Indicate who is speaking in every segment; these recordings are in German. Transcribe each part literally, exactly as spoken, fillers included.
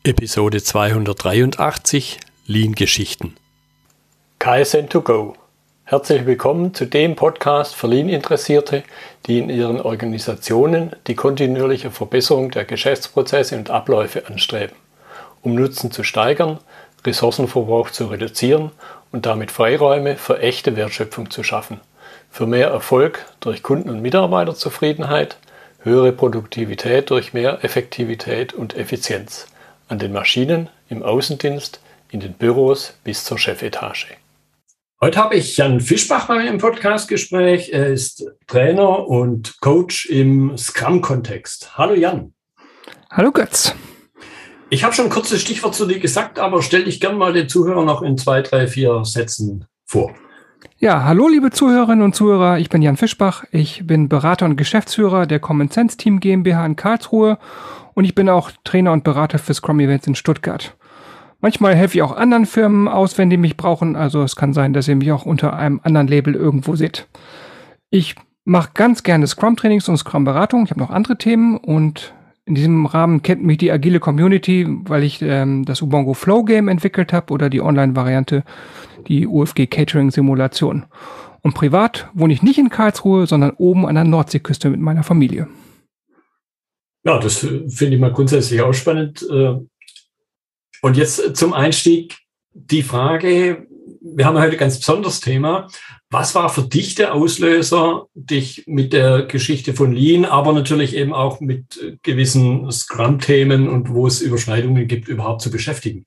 Speaker 1: Episode zweihundertdreiundachtzig Lean-Geschichten. Kaizen to go. Herzlich willkommen zu dem Podcast für Lean-Interessierte, die in ihren Organisationen die kontinuierliche Verbesserung der Geschäftsprozesse und Abläufe anstreben, um Nutzen zu steigern, Ressourcenverbrauch zu reduzieren und damit Freiräume für echte Wertschöpfung zu schaffen, für mehr Erfolg durch Kunden- und Mitarbeiterzufriedenheit, höhere Produktivität durch mehr Effektivität und Effizienz an den Maschinen, im Außendienst, in den Büros bis zur Chefetage.
Speaker 2: Heute habe ich Jan Fischbach bei mir im Podcastgespräch. Er ist Trainer und Coach im Scrum-Kontext. Hallo Jan.
Speaker 3: Hallo Götz.
Speaker 2: Ich habe schon ein kurzes Stichwort zu dir gesagt, aber stell dich gerne mal den Zuhörern noch in zwei, drei, vier Sätzen vor.
Speaker 3: Ja, hallo liebe Zuhörerinnen und Zuhörer, ich bin Jan Fischbach. Ich bin Berater und Geschäftsführer der Common Sense Team GmbH in Karlsruhe und ich bin auch Trainer und Berater für Scrum Events in Stuttgart. Manchmal helfe ich auch anderen Firmen aus, wenn die mich brauchen. Also es kann sein, dass ihr mich auch unter einem anderen Label irgendwo seht. Ich mache ganz gerne Scrum-Trainings und Scrum-Beratung. Ich habe noch andere Themen und in diesem Rahmen kennt mich die agile Community, weil ich ähm, das Ubongo Flow Game entwickelt habe oder die Online-Variante, die U F G Catering Simulation. Und privat wohne ich nicht in Karlsruhe, sondern oben an der Nordseeküste mit meiner Familie.
Speaker 2: Ja, das finde ich mal grundsätzlich auch spannend. Und jetzt zum Einstieg die Frage, wir haben heute ein ganz besonderes Thema. Was war für dich der Auslöser, dich mit der Geschichte von Lean, aber natürlich eben auch mit gewissen Scrum-Themen und wo es Überschneidungen gibt, überhaupt zu beschäftigen?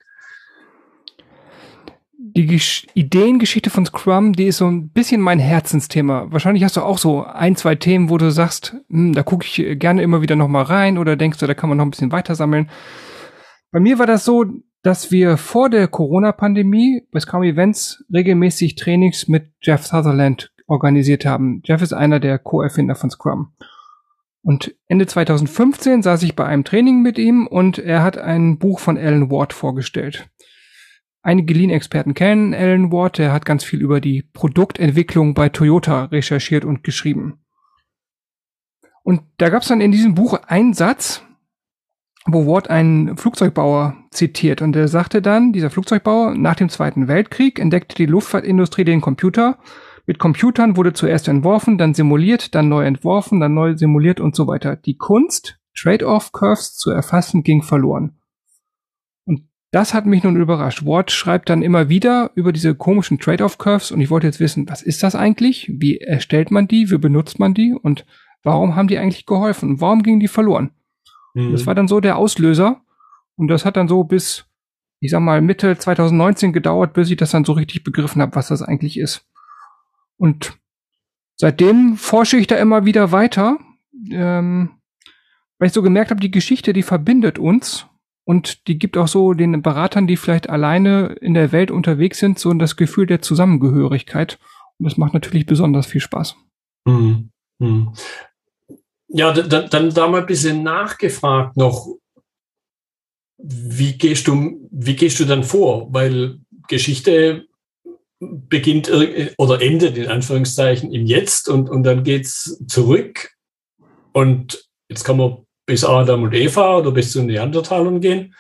Speaker 3: Die Gesch- Ideengeschichte von Scrum, die ist so ein bisschen mein Herzensthema. Wahrscheinlich hast du auch so ein, zwei Themen, wo du sagst, hm, da gucke ich gerne immer wieder noch mal rein oder denkst du, da kann man noch ein bisschen weiter sammeln. Bei mir war das so, dass wir vor der Corona-Pandemie bei Scrum Events regelmäßig Trainings mit Jeff Sutherland organisiert haben. Jeff ist einer der Co-Erfinder von Scrum. Und Ende zwanzig fünfzehn saß ich bei einem Training mit ihm und er hat ein Buch von Alan Ward vorgestellt. Einige Lean-Experten kennen Alan Ward, der hat ganz viel über die Produktentwicklung bei Toyota recherchiert und geschrieben. Und da gab es dann in diesem Buch einen Satz, wo Ward einen Flugzeugbauer zitiert. Und er sagte dann, dieser Flugzeugbauer, nach dem Zweiten Weltkrieg entdeckte die Luftfahrtindustrie den Computer. Mit Computern wurde zuerst entworfen, dann simuliert, dann neu entworfen, dann neu simuliert und so weiter. Die Kunst, Trade-off-Curves zu erfassen, ging verloren. Und das hat mich nun überrascht. Ward schreibt dann immer wieder über diese komischen Trade-off-Curves und ich wollte jetzt wissen, was ist das eigentlich? Wie erstellt man die? Wie benutzt man die? Und warum haben die eigentlich geholfen? Warum gingen die verloren? Mhm. Das war dann so der Auslöser und das hat dann so bis, ich sag mal, Mitte zwanzig neunzehn gedauert, bis ich das dann so richtig begriffen habe, was das eigentlich ist. Und seitdem forsche ich da immer wieder weiter, ähm, weil ich so gemerkt habe, die Geschichte, die verbindet uns. Und die gibt auch so den Beratern, die vielleicht alleine in der Welt unterwegs sind, so das Gefühl der Zusammengehörigkeit. Und das macht natürlich besonders viel Spaß.
Speaker 2: Mhm. Mhm. Ja, dann, dann da mal ein bisschen nachgefragt noch. Wie gehst du, wie gehst du dann vor? Weil Geschichte beginnt oder endet in Anführungszeichen im Jetzt und, und dann geht's zurück. Und jetzt kann man bis Adam und Eva oder bis zu den Neandertalern gehen.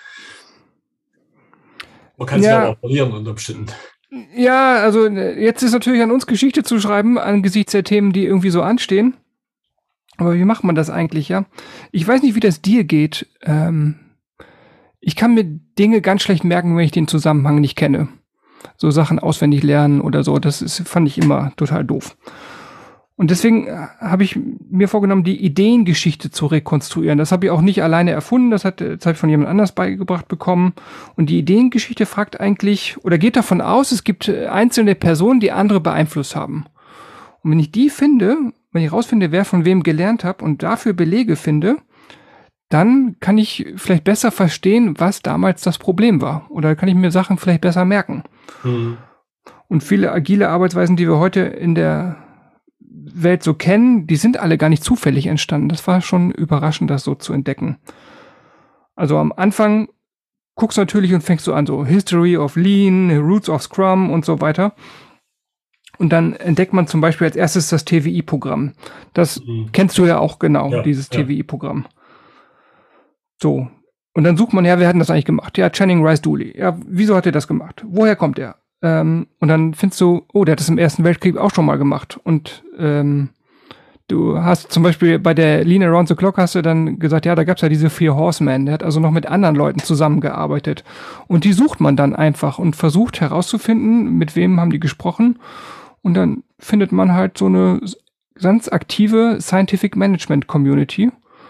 Speaker 2: Man kann es ja auch verlieren unter Umständen.
Speaker 3: Ja, also jetzt ist natürlich an uns Geschichte zu schreiben, angesichts der Themen, die irgendwie so anstehen. Aber wie macht man das eigentlich, ja? Ich weiß nicht, wie das dir geht. Ähm, ich kann mir Dinge ganz schlecht merken, wenn ich den Zusammenhang nicht kenne. So Sachen auswendig lernen oder so, das ist, fand ich immer total doof. Und deswegen habe ich mir vorgenommen, die Ideengeschichte zu rekonstruieren. Das habe ich auch nicht alleine erfunden, das, hat, das habe ich von jemand anders beigebracht bekommen. Und die Ideengeschichte fragt eigentlich, oder geht davon aus, es gibt einzelne Personen, die andere beeinflusst haben. Und wenn ich die finde, wenn ich rausfinde, wer von wem gelernt hat und dafür Belege finde, dann kann ich vielleicht besser verstehen, was damals das Problem war. Oder kann ich mir Sachen vielleicht besser merken. Mhm. Und viele agile Arbeitsweisen, die wir heute in der Welt so kennen, die sind alle gar nicht zufällig entstanden. Das war schon überraschend, das so zu entdecken. Also am Anfang guckst du natürlich und fängst so an, so History of Lean, Roots of Scrum und so weiter. Und dann entdeckt man zum Beispiel als erstes das T W I-Programm. Das mhm. kennst du ja auch genau, ja, dieses ja. T W I-Programm. So, Und dann sucht man, ja, wer hat denn das eigentlich gemacht? Ja, Channing Rice Dooley. Ja, wieso hat er das gemacht? Woher kommt er? Ähm, und dann findest du, oh, der hat das im Ersten Weltkrieg auch schon mal gemacht. Und ähm, du hast zum Beispiel bei der Lean Around the Clock hast du dann gesagt, ja, da gab's ja diese vier Horsemen. Der hat also noch mit anderen Leuten zusammengearbeitet. Und die sucht man dann einfach und versucht herauszufinden, mit wem haben die gesprochen. Und dann findet man halt so eine ganz aktive Scientific Management Community.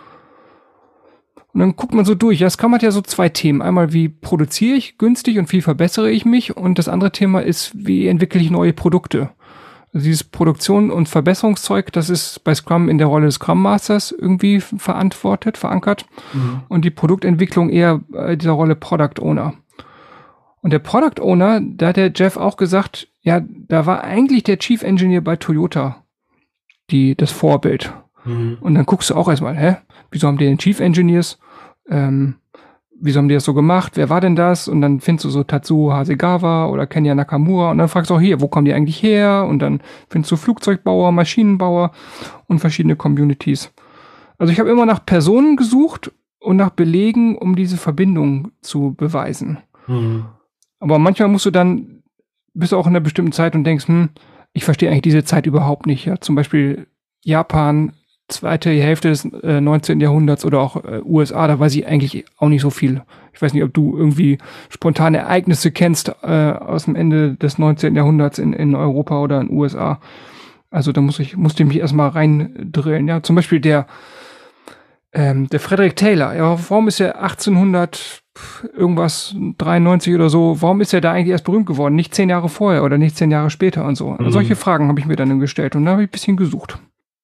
Speaker 3: Und dann guckt man so durch. Ja, es kann man ja so zwei Themen. Einmal, wie produziere ich günstig und wie verbessere ich mich? Und das andere Thema ist, wie entwickle ich neue Produkte? Also dieses Produktion- und Verbesserungszeug, das ist bei Scrum in der Rolle des Scrum Masters irgendwie verantwortet, verankert. Mhm. Und die Produktentwicklung eher äh, dieser Rolle Product Owner. Und der Product Owner, da hat der Jeff auch gesagt, ja, da war eigentlich der Chief Engineer bei Toyota die das Vorbild. Mhm. Und dann guckst du auch erstmal, hä, wieso haben die den Chief Engineers? Ähm, wieso haben die das so gemacht? Wer war denn das? Und dann findest du so Tatsuo Hasegawa oder Kenya Nakamura und dann fragst du auch hier, wo kommen die eigentlich her? Und dann findest du Flugzeugbauer, Maschinenbauer und verschiedene Communities. Also ich habe immer nach Personen gesucht und nach Belegen, um diese Verbindung zu beweisen. Mhm. Aber manchmal musst du dann, bist du auch in einer bestimmten Zeit und denkst, hm, ich verstehe eigentlich diese Zeit überhaupt nicht. Ja, zum Beispiel Japan, zweite Hälfte des äh, neunzehnten Jahrhunderts oder auch äh, U S A, da weiß ich eigentlich auch nicht so viel. Ich weiß nicht, ob du irgendwie spontane Ereignisse kennst äh, aus dem Ende des neunzehnten Jahrhunderts in, in Europa oder in den U S A. Also da muss ich, musste ich mich erstmal reindrillen. Ja, zum Beispiel der ähm, der Frederick Taylor. Ja, warum ist er achtzehnhundert irgendwas dreiundneunzig oder so? Warum ist er da eigentlich erst berühmt geworden? Nicht zehn Jahre vorher oder nicht zehn Jahre später und so. Mhm. Solche Fragen habe ich mir dann gestellt und da habe ich ein bisschen gesucht.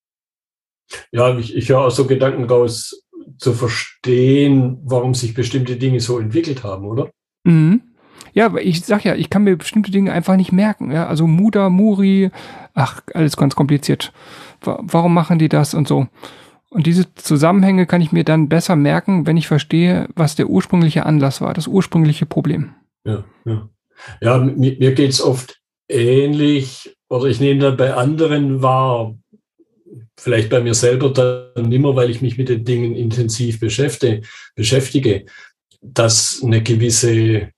Speaker 2: Ja, ich, ich höre auch so Gedanken raus, zu verstehen, warum sich bestimmte Dinge so entwickelt haben, oder?
Speaker 3: Mhm. Ja, aber ich sag ja, ich kann mir bestimmte Dinge einfach nicht merken. Ja? Also Muda, Muri, ach, alles ganz kompliziert. Warum machen die das und so? Und diese Zusammenhänge kann ich mir dann besser merken, wenn ich verstehe, was der ursprüngliche Anlass war, das ursprüngliche Problem.
Speaker 2: Ja, ja. Ja, mir, mir geht's oft ähnlich, oder ich nehme dann bei anderen wahr, vielleicht bei mir selber dann nimmer, weil ich mich mit den Dingen intensiv beschäftige, beschäftige, dass eine gewisse,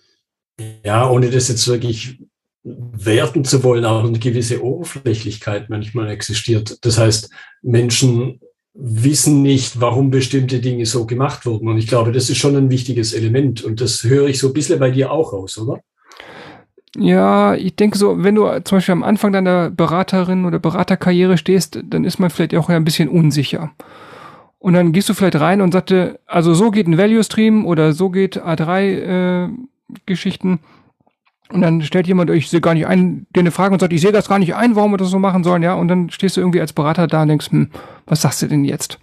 Speaker 2: ja, ohne das jetzt wirklich werten zu wollen, auch eine gewisse Oberflächlichkeit manchmal existiert. Das heißt, Menschen wissen nicht, warum bestimmte Dinge so gemacht wurden. Und ich glaube, das ist schon ein wichtiges Element. Und das höre ich so ein bisschen bei dir auch raus, oder?
Speaker 3: Ja, ich denke so, wenn du zum Beispiel am Anfang deiner Beraterin oder Beraterkarriere stehst, dann ist man vielleicht auch ein bisschen unsicher. Und dann gehst du vielleicht rein und sagte, also so geht ein Value Stream oder so geht A drei äh, Geschichten. Und dann stellt jemand, ich sehe gar nicht ein, dir eine Frage und sagt, ich sehe das gar nicht ein, warum wir das so machen sollen, ja. Und dann stehst du irgendwie als Berater da und denkst, hm, was sagst du denn jetzt?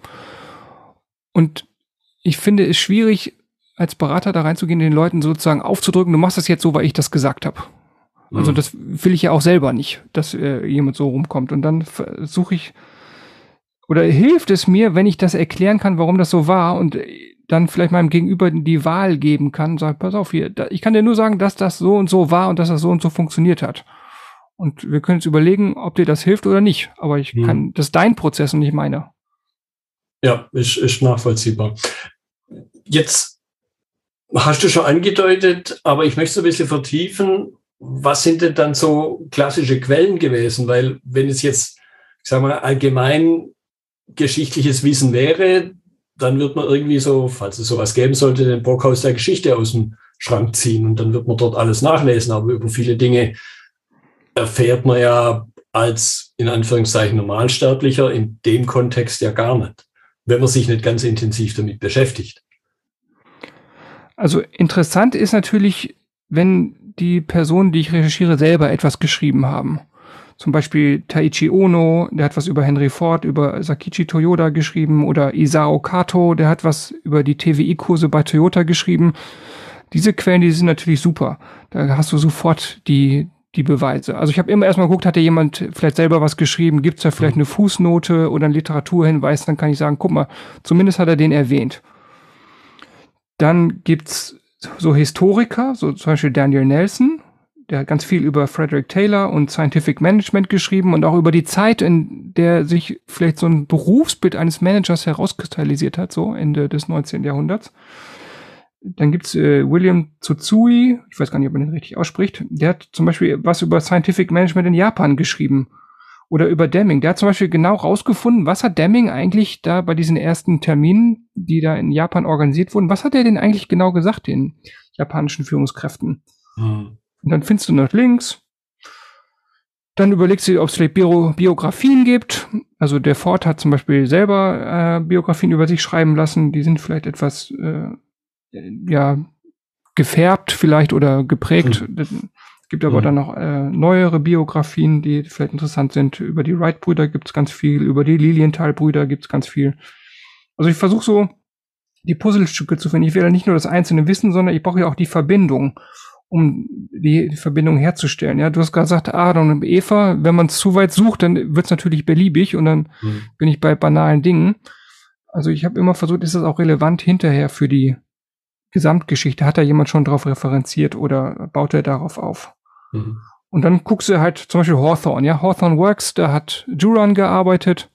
Speaker 3: Und ich finde es schwierig, als Berater da reinzugehen, den Leuten sozusagen aufzudrücken, du machst das jetzt so, weil ich das gesagt habe. Mhm. Also das will ich ja auch selber nicht, dass äh, jemand so rumkommt. Und dann versuche ich, oder hilft es mir, wenn ich das erklären kann, warum das so war und dann vielleicht meinem Gegenüber die Wahl geben kann, sag, pass auf hier, da, ich kann dir nur sagen, dass das so und so war und dass das so und so funktioniert hat. Und wir können jetzt überlegen, ob dir das hilft oder nicht. Aber ich mhm. kann, das ist dein Prozess und nicht meiner.
Speaker 2: Ja, ist, ist nachvollziehbar. Jetzt hast du schon angedeutet, aber ich möchte es ein bisschen vertiefen. Was sind denn dann so klassische Quellen gewesen? Weil wenn es jetzt, ich sag mal, allgemein geschichtliches Wissen wäre, dann wird man irgendwie so, falls es sowas geben sollte, den Brockhaus der Geschichte aus dem Schrank ziehen und dann wird man dort alles nachlesen. Aber über viele Dinge erfährt man ja als, in Anführungszeichen, Normalsterblicher in dem Kontext ja gar nicht, wenn man sich nicht ganz intensiv damit beschäftigt.
Speaker 3: Also interessant ist natürlich, wenn die Personen, die ich recherchiere, selber etwas geschrieben haben. Zum Beispiel Taiichi Ono, der hat was über Henry Ford, über Sakichi Toyoda geschrieben, oder Isao Kato, der hat was über die T W I-Kurse bei Toyota geschrieben. Diese Quellen, die sind natürlich super. Da hast du sofort die die Beweise. Also ich habe immer erstmal geguckt, hat da jemand vielleicht selber was geschrieben, gibt es da vielleicht eine Fußnote oder einen Literaturhinweis, dann kann ich sagen, guck mal, zumindest hat er den erwähnt. Dann gibt's so Historiker, so zum Beispiel Daniel Nelson, der hat ganz viel über Frederick Taylor und Scientific Management geschrieben und auch über die Zeit, in der sich vielleicht so ein Berufsbild eines Managers herauskristallisiert hat, so Ende des neunzehnten Jahrhunderts. dann gibt's äh, William Tsutsui, ich weiß gar nicht, ob man den richtig ausspricht, der hat zum Beispiel was über Scientific Management in Japan geschrieben. Oder über Deming. Der hat zum Beispiel genau rausgefunden, was hat Deming eigentlich da bei diesen ersten Terminen, die da in Japan organisiert wurden, was hat er denn eigentlich genau gesagt, den japanischen Führungskräften? Mhm. Und dann findest du noch Links. Dann überlegst du, ob es vielleicht Bio- Biografien gibt. Also der Ford hat zum Beispiel selber äh, Biografien über sich schreiben lassen. Die sind vielleicht etwas äh, ja gefärbt vielleicht oder geprägt. Mhm. Es gibt aber mhm. dann noch äh, neuere Biografien, die vielleicht interessant sind. Über die Wright-Brüder gibt es ganz viel. Über die Lilienthal-Brüder gibt es ganz viel. Also ich versuche so, die Puzzlestücke zu finden. Ich will ja nicht nur das einzelne Wissen, sondern ich brauche ja auch die Verbindung, um die, die Verbindung herzustellen. Ja, du hast gerade gesagt, Adam und Eva, wenn man es zu weit sucht, dann wird es natürlich beliebig und dann mhm. bin ich bei banalen Dingen. Also ich habe immer versucht, ist das auch relevant hinterher für die Gesamtgeschichte? Hat da jemand schon drauf referenziert oder baut er darauf auf? Mhm. Und dann guckst du halt zum Beispiel Hawthorne. Ja, Hawthorne Works, da hat Juran gearbeitet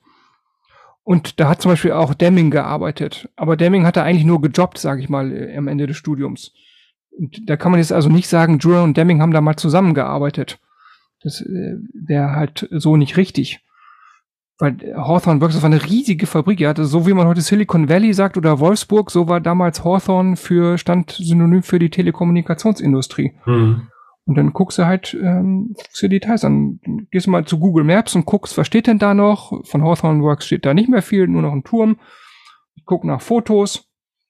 Speaker 3: und da hat zum Beispiel auch Deming gearbeitet. Aber Deming hat da eigentlich nur gejobbt, sage ich mal, äh, am Ende des Studiums. Und da kann man jetzt also nicht sagen, Juran und Deming haben da mal zusammengearbeitet. Das äh, wäre halt so nicht richtig. Weil Hawthorne Works, das war eine riesige Fabrik. Ja, das, so wie man heute Silicon Valley sagt oder Wolfsburg, so war damals Hawthorne für, stand synonym für die Telekommunikationsindustrie. Mhm. Und dann guckst du halt ähm, für Details an. Gehst du mal zu Google Maps und guckst, was steht denn da noch? Von Hawthorne Works steht da nicht mehr viel, nur noch ein Turm. Ich guck nach Fotos.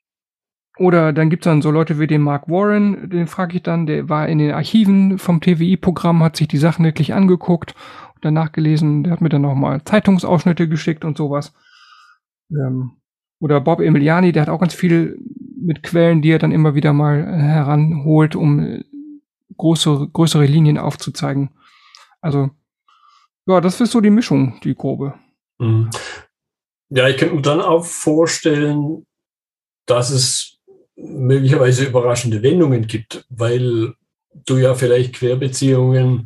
Speaker 3: Oder dann gibt's dann so Leute wie den Mark Warren, den frage ich dann, der war in den Archiven vom T W I-Programm, hat sich die Sachen wirklich angeguckt und danach gelesen, der hat mir dann nochmal Zeitungsausschnitte geschickt und sowas. Ähm, oder Bob Emiliani, der hat auch ganz viel mit Quellen, die er dann immer wieder mal heranholt, um große, größere Linien aufzuzeigen. Also, ja, das ist so die Mischung, die grobe.
Speaker 2: Mhm. Ja, ich könnte mir dann auch vorstellen, dass es möglicherweise überraschende Wendungen gibt, weil du ja vielleicht Querbeziehungen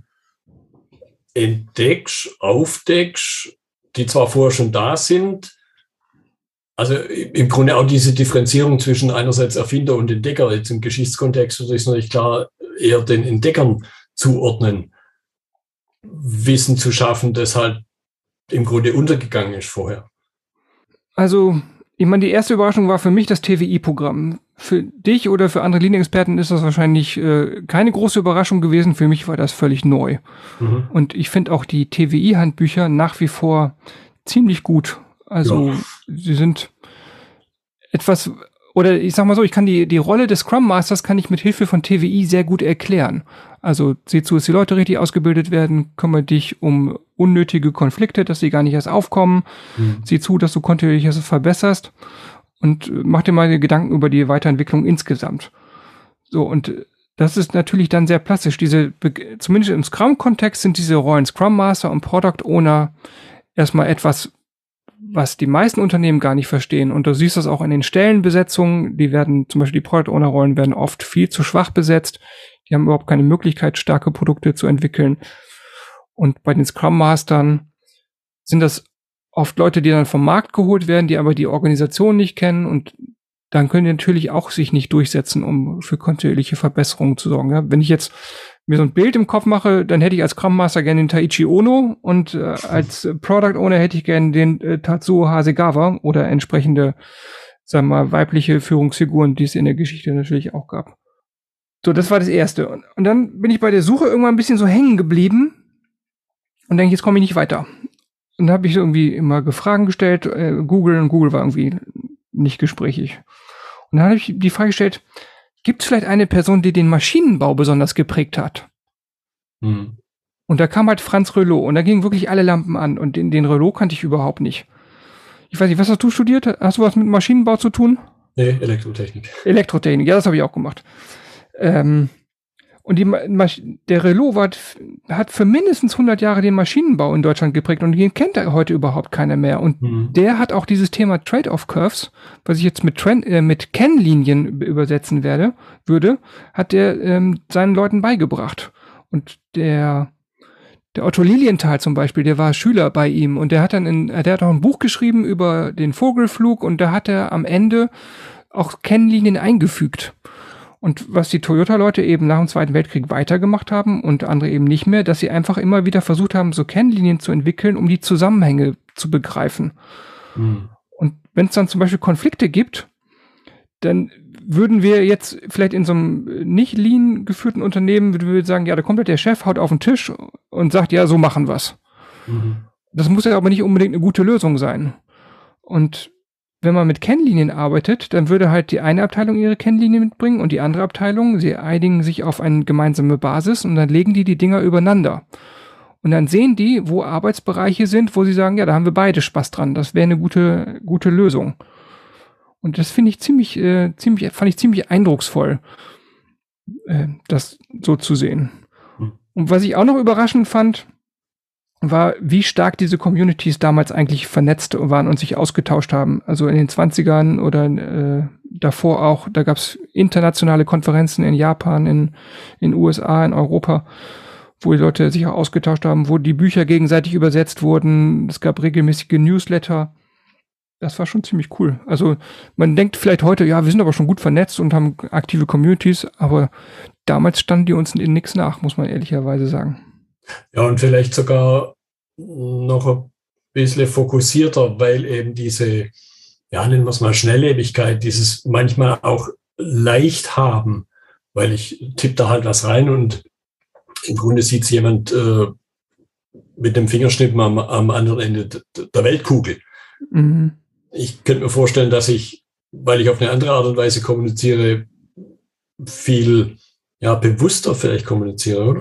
Speaker 2: entdeckst, aufdeckst, die zwar vorher schon da sind, also im Grunde auch diese Differenzierung zwischen einerseits Erfinder und Entdecker, jetzt im Geschichtskontext würde ich es natürlich klar eher den Entdeckern zuordnen, Wissen zu schaffen, das halt im Grunde untergegangen ist vorher.
Speaker 3: Also, ich meine, die erste Überraschung war für mich das T W I-Programm. Für dich oder für andere Linienexperten ist das wahrscheinlich äh, keine große Überraschung gewesen. Für mich war das völlig neu. Mhm. Und ich finde auch die T W I-Handbücher nach wie vor ziemlich gut. Also, ja. Sie sind etwas, oder ich sag mal so, ich kann die, die Rolle des Scrum Masters kann ich mit Hilfe von T W I sehr gut erklären. Also, sieh zu, dass die Leute richtig ausgebildet werden, kümmere dich um unnötige Konflikte, dass sie gar nicht erst aufkommen. Mhm. Sieh zu, dass du kontinuierlich verbesserst und mach dir mal Gedanken über die Weiterentwicklung insgesamt. So, und das ist natürlich dann sehr plastisch. Diese, zumindest im Scrum-Kontext sind diese Rollen Scrum Master und Product Owner erstmal etwas, was die meisten Unternehmen gar nicht verstehen. Und du siehst das auch in den Stellenbesetzungen. Die werden, zum Beispiel die Product Owner Rollen werden oft viel zu schwach besetzt. Die haben überhaupt keine Möglichkeit, starke Produkte zu entwickeln. Und bei den Scrum Mastern sind das oft Leute, die dann vom Markt geholt werden, die aber die Organisation nicht kennen und dann können die natürlich auch sich nicht durchsetzen, um für kontinuierliche Verbesserungen zu sorgen. Ja, wenn ich jetzt mir so ein Bild im Kopf mache, dann hätte ich als Scrum Master gerne den Taiichi Ono und äh, als Product Owner hätte ich gerne den äh, Tatsuo Hasegawa oder entsprechende, sagen wir mal, weibliche Führungsfiguren, die es in der Geschichte natürlich auch gab. So, das war das Erste. Und, und dann bin ich bei der Suche irgendwann ein bisschen so hängen geblieben und denke, jetzt komme ich nicht weiter. Und dann habe ich irgendwie immer Fragen gestellt, äh, Google, und Google war irgendwie nicht gesprächig. Und dann habe ich die Frage gestellt, gibt es vielleicht eine Person, die den Maschinenbau besonders geprägt hat? Hm. Und da kam halt Franz Reuleaux und da gingen wirklich alle Lampen an und den, den Reuleaux kannte ich überhaupt nicht. Ich weiß nicht, was hast du studiert? Hast du was mit Maschinenbau zu tun?
Speaker 2: Nee, Elektrotechnik.
Speaker 3: Elektrotechnik, ja, das habe ich auch gemacht. Ähm, Und die, der Reuleaux war, hat für mindestens hundert Jahre den Maschinenbau in Deutschland geprägt und den kennt da heute überhaupt keiner mehr. Und mhm. der hat auch dieses Thema Trade-off-Curves, was ich jetzt mit, Trend, äh, mit Kennlinien übersetzen werde, würde, hat der ähm, seinen Leuten beigebracht. Und der, der Otto Lilienthal zum Beispiel, der war Schüler bei ihm und der hat dann in, der hat auch ein Buch geschrieben über den Vogelflug und da hat er am Ende auch Kennlinien eingefügt. Und was die Toyota-Leute eben nach dem Zweiten Weltkrieg weitergemacht haben und andere eben nicht mehr, dass sie einfach immer wieder versucht haben, so Kennlinien zu entwickeln, um die Zusammenhänge zu begreifen. Mhm. Und wenn es dann zum Beispiel Konflikte gibt, dann würden wir jetzt vielleicht in so einem nicht lean geführten Unternehmen, würden wir sagen, ja, da kommt halt der Chef, haut auf den Tisch und sagt, ja, so machen wir's. Mhm. Das muss ja aber nicht unbedingt eine gute Lösung sein. Und wenn man mit Kennlinien arbeitet, dann würde halt die eine Abteilung ihre Kennlinien mitbringen und die andere Abteilung, sie einigen sich auf eine gemeinsame Basis und dann legen die die Dinger übereinander. Und dann sehen die, wo Arbeitsbereiche sind, wo sie sagen, ja, da haben wir beide Spaß dran. Das wäre eine gute, gute Lösung. Und das finde ich ziemlich, äh, ziemlich, fand ich ziemlich eindrucksvoll, äh, das so zu sehen. Hm. Und was ich auch noch überraschend fand, war, wie stark diese Communities damals eigentlich vernetzt waren und sich ausgetauscht haben. Also in den zwanzigern oder äh, davor auch, da gab es internationale Konferenzen in Japan, in in U S A, in Europa, wo die Leute sich auch ausgetauscht haben, wo die Bücher gegenseitig übersetzt wurden. Es gab regelmäßige Newsletter. Das war schon ziemlich cool. Also man denkt vielleicht heute, ja, wir sind aber schon gut vernetzt und haben aktive Communities, aber damals standen die uns in nichts nach, muss man ehrlicherweise sagen.
Speaker 2: Ja, und vielleicht sogar noch ein bisschen fokussierter, weil eben diese, ja, nennen wir es mal Schnelllebigkeit, dieses manchmal auch leicht haben, weil ich tippe da halt was rein und im Grunde sieht es jemand äh, mit dem Fingerschnippen am, am anderen Ende der Weltkugel. Mhm. Ich könnte mir vorstellen, dass ich, weil ich auf eine andere Art und Weise kommuniziere, viel ja, bewusster vielleicht kommuniziere, oder?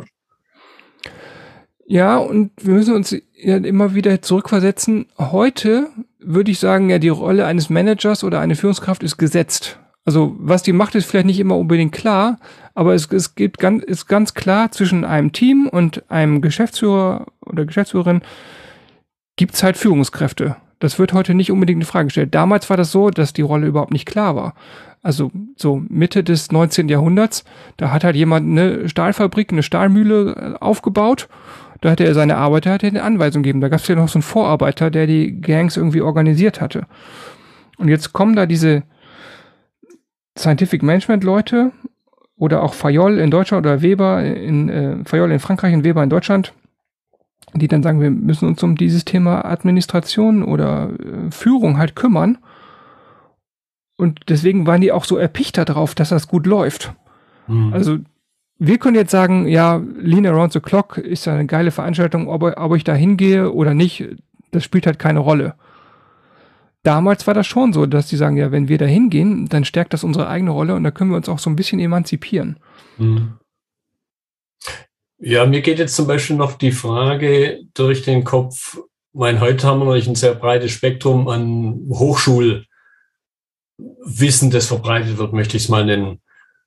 Speaker 3: Ja, und wir müssen uns ja immer wieder zurückversetzen. Heute würde ich sagen, ja, die Rolle eines Managers oder eine Führungskraft ist gesetzt. Also was die macht, ist vielleicht nicht immer unbedingt klar, aber es, es gibt ganz, ist ganz klar, zwischen einem Team und einem Geschäftsführer oder Geschäftsführerin gibt's halt Führungskräfte. Das wird heute nicht unbedingt in Frage gestellt. Damals war das so, dass die Rolle überhaupt nicht klar war. Also so Mitte des neunzehnten Jahrhunderts, da hat halt jemand eine Stahlfabrik, eine Stahlmühle aufgebaut. Da hatte er seine Arbeiter, hat er eine Anweisung gegeben. Da gab es ja noch so einen Vorarbeiter, der die Gangs irgendwie organisiert hatte. Und jetzt kommen da diese Scientific Management Leute oder auch Fayol in Deutschland oder Weber in äh, Fayol in Frankreich und Weber in Deutschland, die dann sagen, wir müssen uns um dieses Thema Administration oder äh, Führung halt kümmern. Und deswegen waren die auch so erpicht darauf, dass das gut läuft. Mhm. Also wir können jetzt sagen, ja, Lean Around the Clock ist ja eine geile Veranstaltung, ob, ob ich da hingehe oder nicht, das spielt halt keine Rolle. Damals war das schon so, dass die sagen, ja, wenn wir da hingehen, dann stärkt das unsere eigene Rolle und da können wir uns auch so ein bisschen emanzipieren.
Speaker 2: Mhm. Ja, mir geht jetzt zum Beispiel noch die Frage durch den Kopf, mein, heute haben wir natürlich ein sehr breites Spektrum an Hochschulwissen, das verbreitet wird, möchte ich es mal nennen.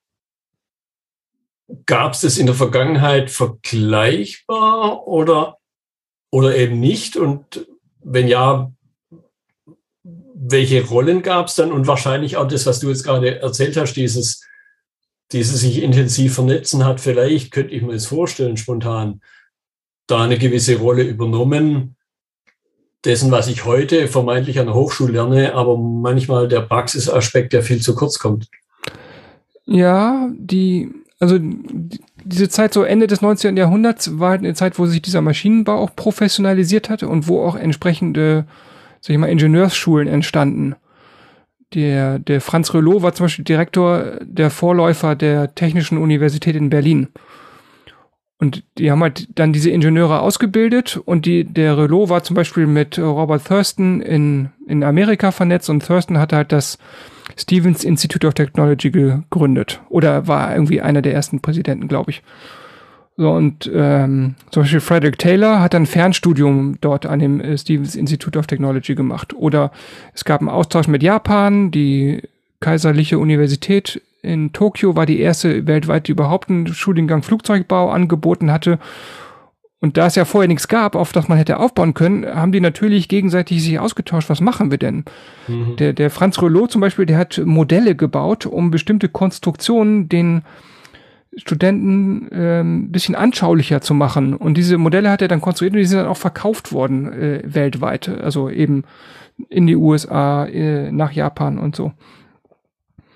Speaker 2: Gab es das in der Vergangenheit vergleichbar oder, oder eben nicht? Und wenn ja, welche Rollen gab es dann? Und wahrscheinlich auch das, was du jetzt gerade erzählt hast, dieses, dieses sich intensiv vernetzen hat, vielleicht, könnte ich mir jetzt vorstellen, spontan, da eine gewisse Rolle übernommen, dessen, was ich heute vermeintlich an der Hochschule lerne, aber manchmal der Praxisaspekt, der viel zu kurz kommt.
Speaker 3: Ja, die... Also diese Zeit, so Ende des neunzehnten Jahrhunderts, war halt eine Zeit, wo sich dieser Maschinenbau auch professionalisiert hat und wo auch entsprechende, sag ich mal, Ingenieursschulen entstanden. Der, der Franz Reuleaux war zum Beispiel Direktor der Vorläufer der Technischen Universität in Berlin. Und die haben halt dann diese Ingenieure ausgebildet und die, der Reuleaux war zum Beispiel mit Robert Thurston in, in Amerika vernetzt und Thurston hatte halt das Stevens Institute of Technology gegründet. Oder war irgendwie einer der ersten Präsidenten, glaube ich. So, und ähm, zum Beispiel Frederick Taylor hat dann Fernstudium dort an dem äh, Stevens Institute of Technology gemacht. Oder es gab einen Austausch mit Japan. Die Kaiserliche Universität in Tokio war die erste weltweit, die überhaupt einen Studiengang Flugzeugbau angeboten hatte. Und da es ja vorher nichts gab, auf das man hätte aufbauen können, haben die natürlich gegenseitig sich ausgetauscht, was machen wir denn? Mhm. Der, der Franz Reuleaux zum Beispiel, der hat Modelle gebaut, um bestimmte Konstruktionen den Studenten ähm, ein bisschen anschaulicher zu machen. Und diese Modelle hat er dann konstruiert und die sind dann auch verkauft worden äh, weltweit. Also eben in die U S A, äh, nach Japan und so.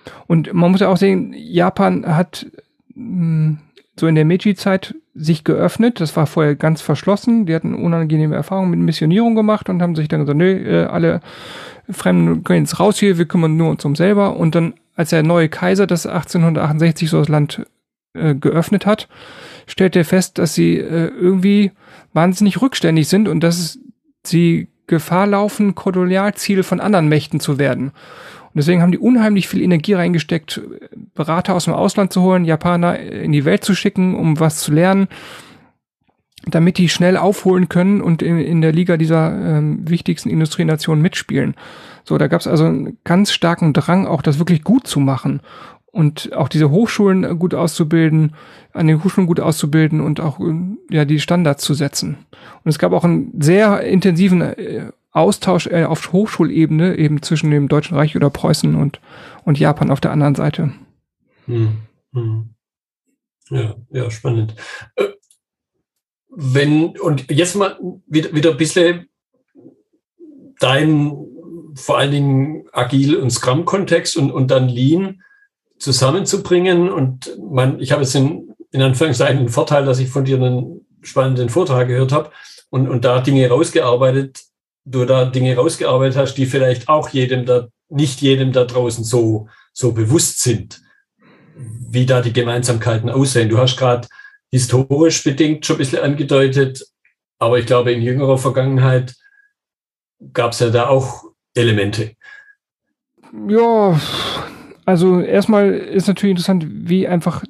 Speaker 3: Und man muss ja auch sehen, Japan hat mh, so in der Meiji-Zeit sich geöffnet. Das war vorher ganz verschlossen. Die hatten unangenehme Erfahrungen mit Missionierung gemacht und haben sich dann gesagt, nö, alle Fremden gehen jetzt raus hier, wir kümmern nur uns um selber. Und dann, als der neue Kaiser das achtzehnhundertachtundsechzig so das Land äh, geöffnet hat, stellt er fest, dass sie äh, irgendwie wahnsinnig rückständig sind und dass sie Gefahr laufen, Kolonialziel von anderen Mächten zu werden. Und deswegen haben die unheimlich viel Energie reingesteckt, Berater aus dem Ausland zu holen, Japaner in die Welt zu schicken, um was zu lernen, damit die schnell aufholen können und in, in der Liga dieser ähm, wichtigsten Industrienationen mitspielen. So, da gab es also einen ganz starken Drang, auch das wirklich gut zu machen und auch diese Hochschulen gut auszubilden, an den Hochschulen gut auszubilden und auch ja die Standards zu setzen. Und es gab auch einen sehr intensiven äh, Austausch äh, auf Hochschulebene eben zwischen dem Deutschen Reich oder Preußen und, und Japan auf der anderen Seite.
Speaker 2: Hm, hm. Ja, ja, spannend. Äh, wenn, und jetzt mal wieder, wieder ein bisschen dein, vor allen Dingen Agil- und Scrum-Kontext und, und dann Lean zusammenzubringen. Und man, ich habe jetzt in, in Anführungszeichen den Vorteil, dass ich von dir einen spannenden Vortrag gehört habe und, und da Dinge rausgearbeitet du da Dinge rausgearbeitet hast, die vielleicht auch jedem da, nicht jedem da draußen so, so bewusst sind, wie da die Gemeinsamkeiten aussehen. Du hast gerade historisch bedingt schon ein bisschen angedeutet, aber ich glaube, in jüngerer Vergangenheit gab es ja da auch Elemente.
Speaker 3: Ja, also erstmal ist natürlich interessant, wie einfach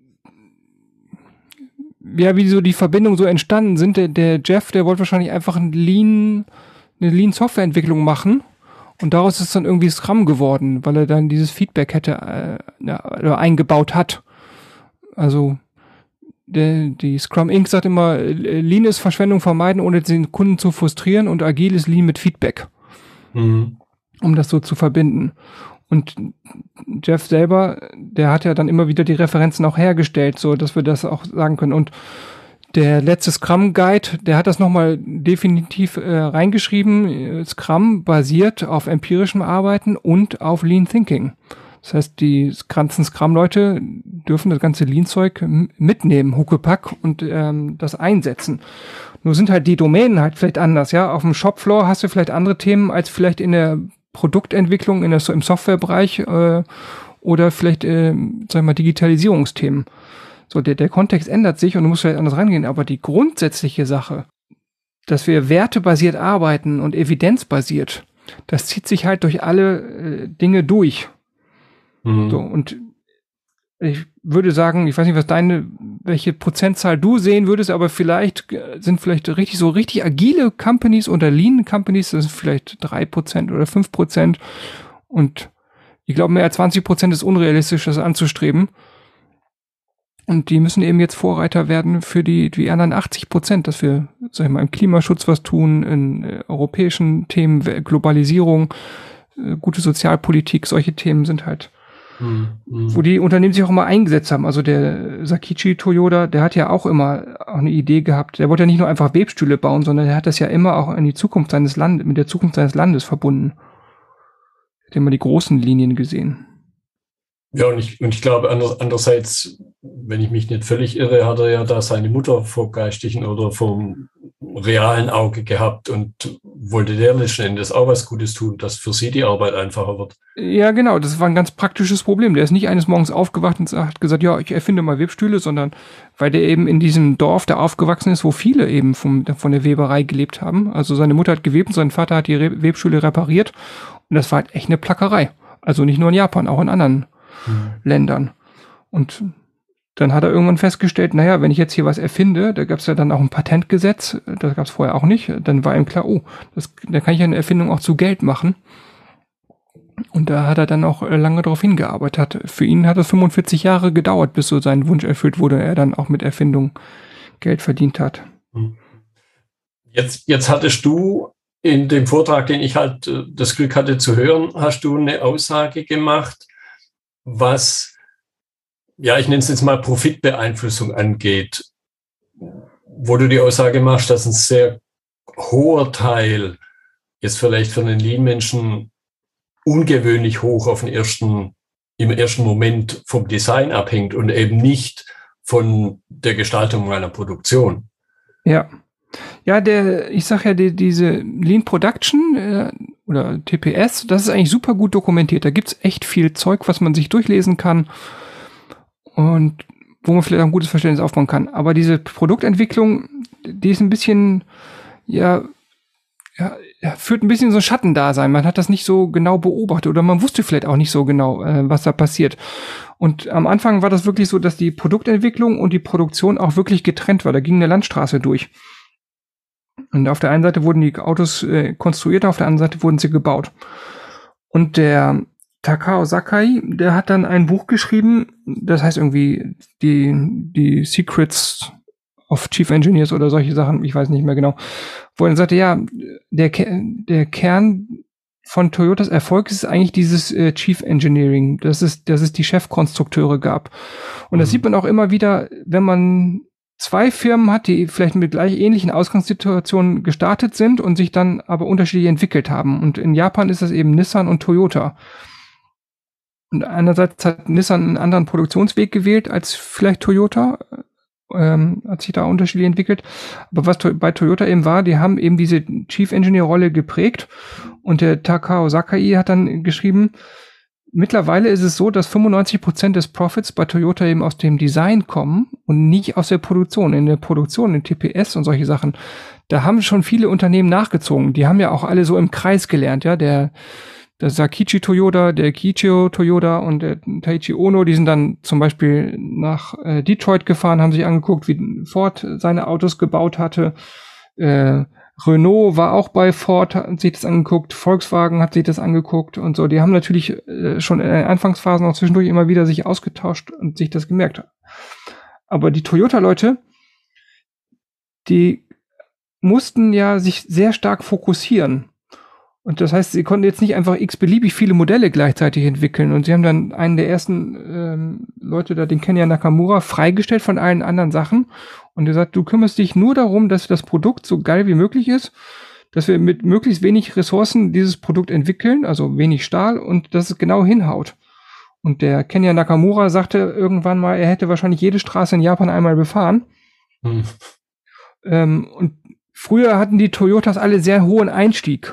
Speaker 3: ja, wie so die Verbindungen so entstanden sind. Der, der Jeff, der wollte wahrscheinlich einfach ein Lean eine Lean-Software-Entwicklung machen und daraus ist dann irgendwie Scrum geworden, weil er dann dieses Feedback hätte äh, ja, eingebaut hat. Also der, die Scrum Incorporated sagt immer, Lean ist Verschwendung vermeiden, ohne den Kunden zu frustrieren und Agil ist Lean mit Feedback, mhm. um das so zu verbinden. Und Jeff selber, der hat ja dann immer wieder die Referenzen auch hergestellt, so dass wir das auch sagen können. Und der letzte Scrum Guide, der hat das nochmal definitiv äh, reingeschrieben. Scrum basiert auf empirischem Arbeiten und auf Lean Thinking. Das heißt, die ganzen Scrum-Leute dürfen das ganze Lean-Zeug mitnehmen, Huckepack, und ähm, das einsetzen. Nur sind halt die Domänen halt vielleicht anders, ja. Auf dem Shopfloor hast du vielleicht andere Themen als vielleicht in der Produktentwicklung, in der, im Softwarebereich äh, oder vielleicht, äh, sagen wir mal, Digitalisierungsthemen. So, der, der Kontext ändert sich und du musst vielleicht anders rangehen, aber die grundsätzliche Sache, dass wir wertebasiert arbeiten und evidenzbasiert, das zieht sich halt durch alle äh, Dinge durch. Mhm. So, und ich würde sagen, ich weiß nicht, was deine, welche Prozentzahl du sehen würdest, aber vielleicht sind vielleicht richtig so richtig agile Companies oder Lean Companies, das sind vielleicht drei Prozent oder fünf Prozent und ich glaube, mehr als zwanzig Prozent ist unrealistisch, das anzustreben. Und die müssen eben jetzt Vorreiter werden für die, die anderen achtzig Prozent, dass wir, sag ich mal, im Klimaschutz was tun, in äh, europäischen Themen, Globalisierung, äh, gute Sozialpolitik, solche Themen sind halt, mhm. wo die Unternehmen sich auch immer eingesetzt haben. Also der Sakichi Toyoda, der hat ja auch immer auch eine Idee gehabt. Der wollte ja nicht nur einfach Webstühle bauen, sondern der hat das ja immer auch in die Zukunft seines Landes, mit der Zukunft seines Landes verbunden. Er hat immer die großen Linien gesehen.
Speaker 2: Ja, und ich, und ich glaube, andererseits, wenn ich mich nicht völlig irre, hat er ja da seine Mutter vom geistigen oder vom realen Auge gehabt und wollte der letzten Endes auch was Gutes tun, dass für sie die Arbeit einfacher wird.
Speaker 3: Ja, genau, das war ein ganz praktisches Problem. Der ist nicht eines Morgens aufgewacht und hat gesagt, ja, ich erfinde mal Webstühle, sondern weil der eben in diesem Dorf, der aufgewachsen ist, wo viele eben vom, von der Weberei gelebt haben. Also seine Mutter hat gewebt und sein Vater hat die Re- Webstühle repariert und das war halt echt eine Plackerei. Also nicht nur in Japan, auch in anderen hm. Ländern. Und dann hat er irgendwann festgestellt, naja, wenn ich jetzt hier was erfinde, da gab es ja dann auch ein Patentgesetz, das gab es vorher auch nicht, dann war ihm klar, oh, das, da kann ich eine Erfindung auch zu Geld machen. Und da hat er dann auch lange darauf hingearbeitet. Für ihn hat es fünfundvierzig Jahre gedauert, bis so sein Wunsch erfüllt wurde, er dann auch mit Erfindung Geld verdient hat.
Speaker 2: Jetzt, jetzt hattest du in dem Vortrag, den ich halt das Glück hatte zu hören, hast du eine Aussage gemacht, was, ja, ich nenne es jetzt mal Profitbeeinflussung angeht, wo du die Aussage machst, dass ein sehr hoher Teil jetzt vielleicht für einen Lean-Menschen ungewöhnlich hoch auf den ersten im ersten Moment vom Design abhängt und eben nicht von der Gestaltung meiner Produktion.
Speaker 3: Ja. Ja, der, ich sag ja, die, diese Lean Production äh, oder T P S, das ist eigentlich super gut dokumentiert. Da gibt's echt viel Zeug, was man sich durchlesen kann und wo man vielleicht auch ein gutes Verständnis aufbauen kann. Aber diese Produktentwicklung, die ist ein bisschen, ja, ja, führt ein bisschen so ein Schattendasein. Man hat das nicht so genau beobachtet oder man wusste vielleicht auch nicht so genau, äh, was da passiert. Und am Anfang war das wirklich so, dass die Produktentwicklung und die Produktion auch wirklich getrennt war. Da ging eine Landstraße durch. Und auf der einen Seite wurden die Autos äh, konstruiert, auf der anderen Seite wurden sie gebaut. Und der Takao Sakai, der hat dann ein Buch geschrieben, das heißt irgendwie die, die Secrets of Chief Engineers oder solche Sachen, ich weiß nicht mehr genau, wo er dann sagte, ja, der, der Kern von Toyotas Erfolg ist eigentlich dieses äh, Chief Engineering, dass es, dass es die Chefkonstrukteure gab. Und mhm. das sieht man auch immer wieder, wenn man zwei Firmen hat, die vielleicht mit gleich ähnlichen Ausgangssituationen gestartet sind und sich dann aber unterschiedlich entwickelt haben. Und in Japan ist das eben Nissan und Toyota. Und einerseits hat Nissan einen anderen Produktionsweg gewählt als vielleicht Toyota, ähm, hat sich da unterschiedlich entwickelt. Aber was to- bei Toyota eben war, die haben eben diese Chief Engineer-Rolle geprägt. Und der Takao Sakai hat dann geschrieben, mittlerweile ist es so, dass fünfundneunzig Prozent des Profits bei Toyota eben aus dem Design kommen und nicht aus der Produktion. In der Produktion, in T P S und solche Sachen, da haben schon viele Unternehmen nachgezogen. Die haben ja auch alle so im Kreis gelernt, ja, der der Sakichi Toyoda, der Kiichiro Toyoda und der Taiichi Ohno, die sind dann zum Beispiel nach äh, Detroit gefahren, haben sich angeguckt, wie Ford seine Autos gebaut hatte. Äh, Renault war auch bei Ford, hat sich das angeguckt, Volkswagen hat sich das angeguckt und so. Die haben natürlich äh, schon in den Anfangsphasen auch zwischendurch immer wieder sich ausgetauscht und sich das gemerkt. Aber die Toyota-Leute, die mussten ja sich sehr stark fokussieren. Und das heißt, sie konnten jetzt nicht einfach x-beliebig viele Modelle gleichzeitig entwickeln. Und sie haben dann einen der ersten ähm, Leute da, den Kenya Nakamura, freigestellt von allen anderen Sachen. Und er sagt, du kümmerst dich nur darum, dass das Produkt so geil wie möglich ist, dass wir mit möglichst wenig Ressourcen dieses Produkt entwickeln, also wenig Stahl, und dass es genau hinhaut. Und der Kenya Nakamura sagte irgendwann mal, er hätte wahrscheinlich jede Straße in Japan einmal befahren. Hm. Ähm, und früher hatten die Toyotas alle sehr hohen Einstieg.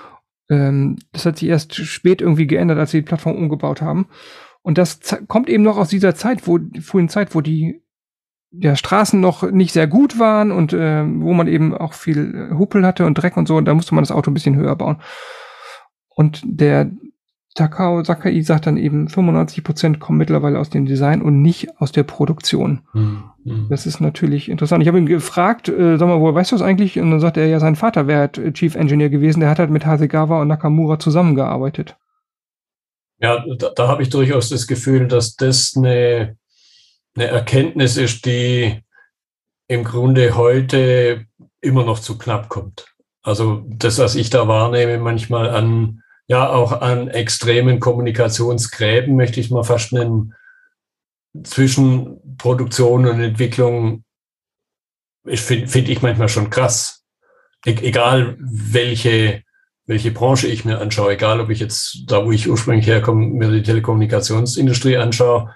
Speaker 3: Das hat sich erst spät irgendwie geändert, als sie die Plattform umgebaut haben. Und das z- kommt eben noch aus dieser Zeit, wo die frühen Zeit, wo die der Straßen noch nicht sehr gut waren und äh, wo man eben auch viel Huppel hatte und Dreck und so. Und da musste man das Auto ein bisschen höher bauen. Und der Takao Sakai sagt dann eben, fünfundneunzig Prozent kommen mittlerweile aus dem Design und nicht aus der Produktion. Mhm. Das ist natürlich interessant. Ich habe ihn gefragt, äh, sag mal, woher weißt du das eigentlich? Und dann sagt er, ja, sein Vater wäre halt Chief Engineer gewesen, der hat halt mit Hasegawa und Nakamura zusammengearbeitet.
Speaker 2: Ja, da, da habe ich durchaus das Gefühl, dass das eine, eine Erkenntnis ist, die im Grunde heute immer noch zu knapp kommt. Also das, was ich da wahrnehme, manchmal an ja auch an extremen Kommunikationsgräben, möchte ich mal fast nennen, zwischen Produktion und Entwicklung, finde find ich manchmal schon krass. E- egal welche, welche Branche ich mir anschaue, egal ob ich jetzt da, wo ich ursprünglich herkomme, mir die Telekommunikationsindustrie anschaue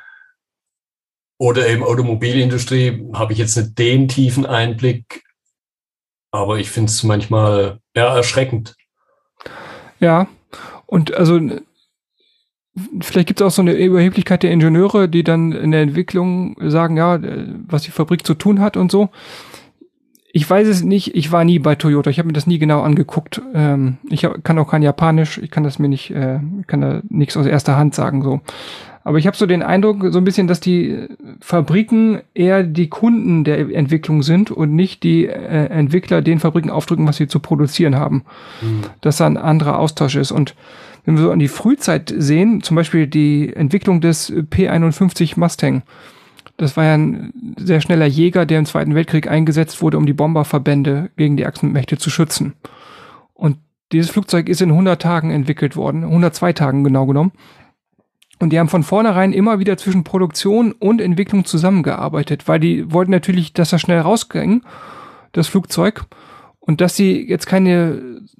Speaker 2: oder eben Automobilindustrie, habe ich jetzt nicht den tiefen Einblick, aber ich finde es manchmal ja, erschreckend.
Speaker 3: Ja, und also vielleicht gibt es auch so eine Überheblichkeit der Ingenieure, die dann in der Entwicklung sagen, ja, was die Fabrik zu tun hat und so. Ich weiß es nicht, ich war nie bei Toyota, ich habe mir das nie genau angeguckt. Ähm, ich hab, kann auch kein Japanisch, ich kann das mir nicht, äh, kann da nichts aus erster Hand sagen so. Aber ich habe so den Eindruck, so ein bisschen, dass die Fabriken eher die Kunden der Entwicklung sind und nicht die äh, Entwickler den Fabriken aufdrücken, was sie zu produzieren haben. Mhm. Dass da ein anderer Austausch ist. Und wenn wir so an die Frühzeit sehen, zum Beispiel die Entwicklung des P einundfünfzig Mustang, das war ja ein sehr schneller Jäger, der im Zweiten Weltkrieg eingesetzt wurde, um die Bomberverbände gegen die Achsenmächte zu schützen. Und dieses Flugzeug ist in hundert Tagen entwickelt worden, hundertzwei Tagen genau genommen. Und die haben von vornherein immer wieder zwischen Produktion und Entwicklung zusammengearbeitet, weil die wollten natürlich, dass das schnell rausging, das Flugzeug, und dass sie jetzt keine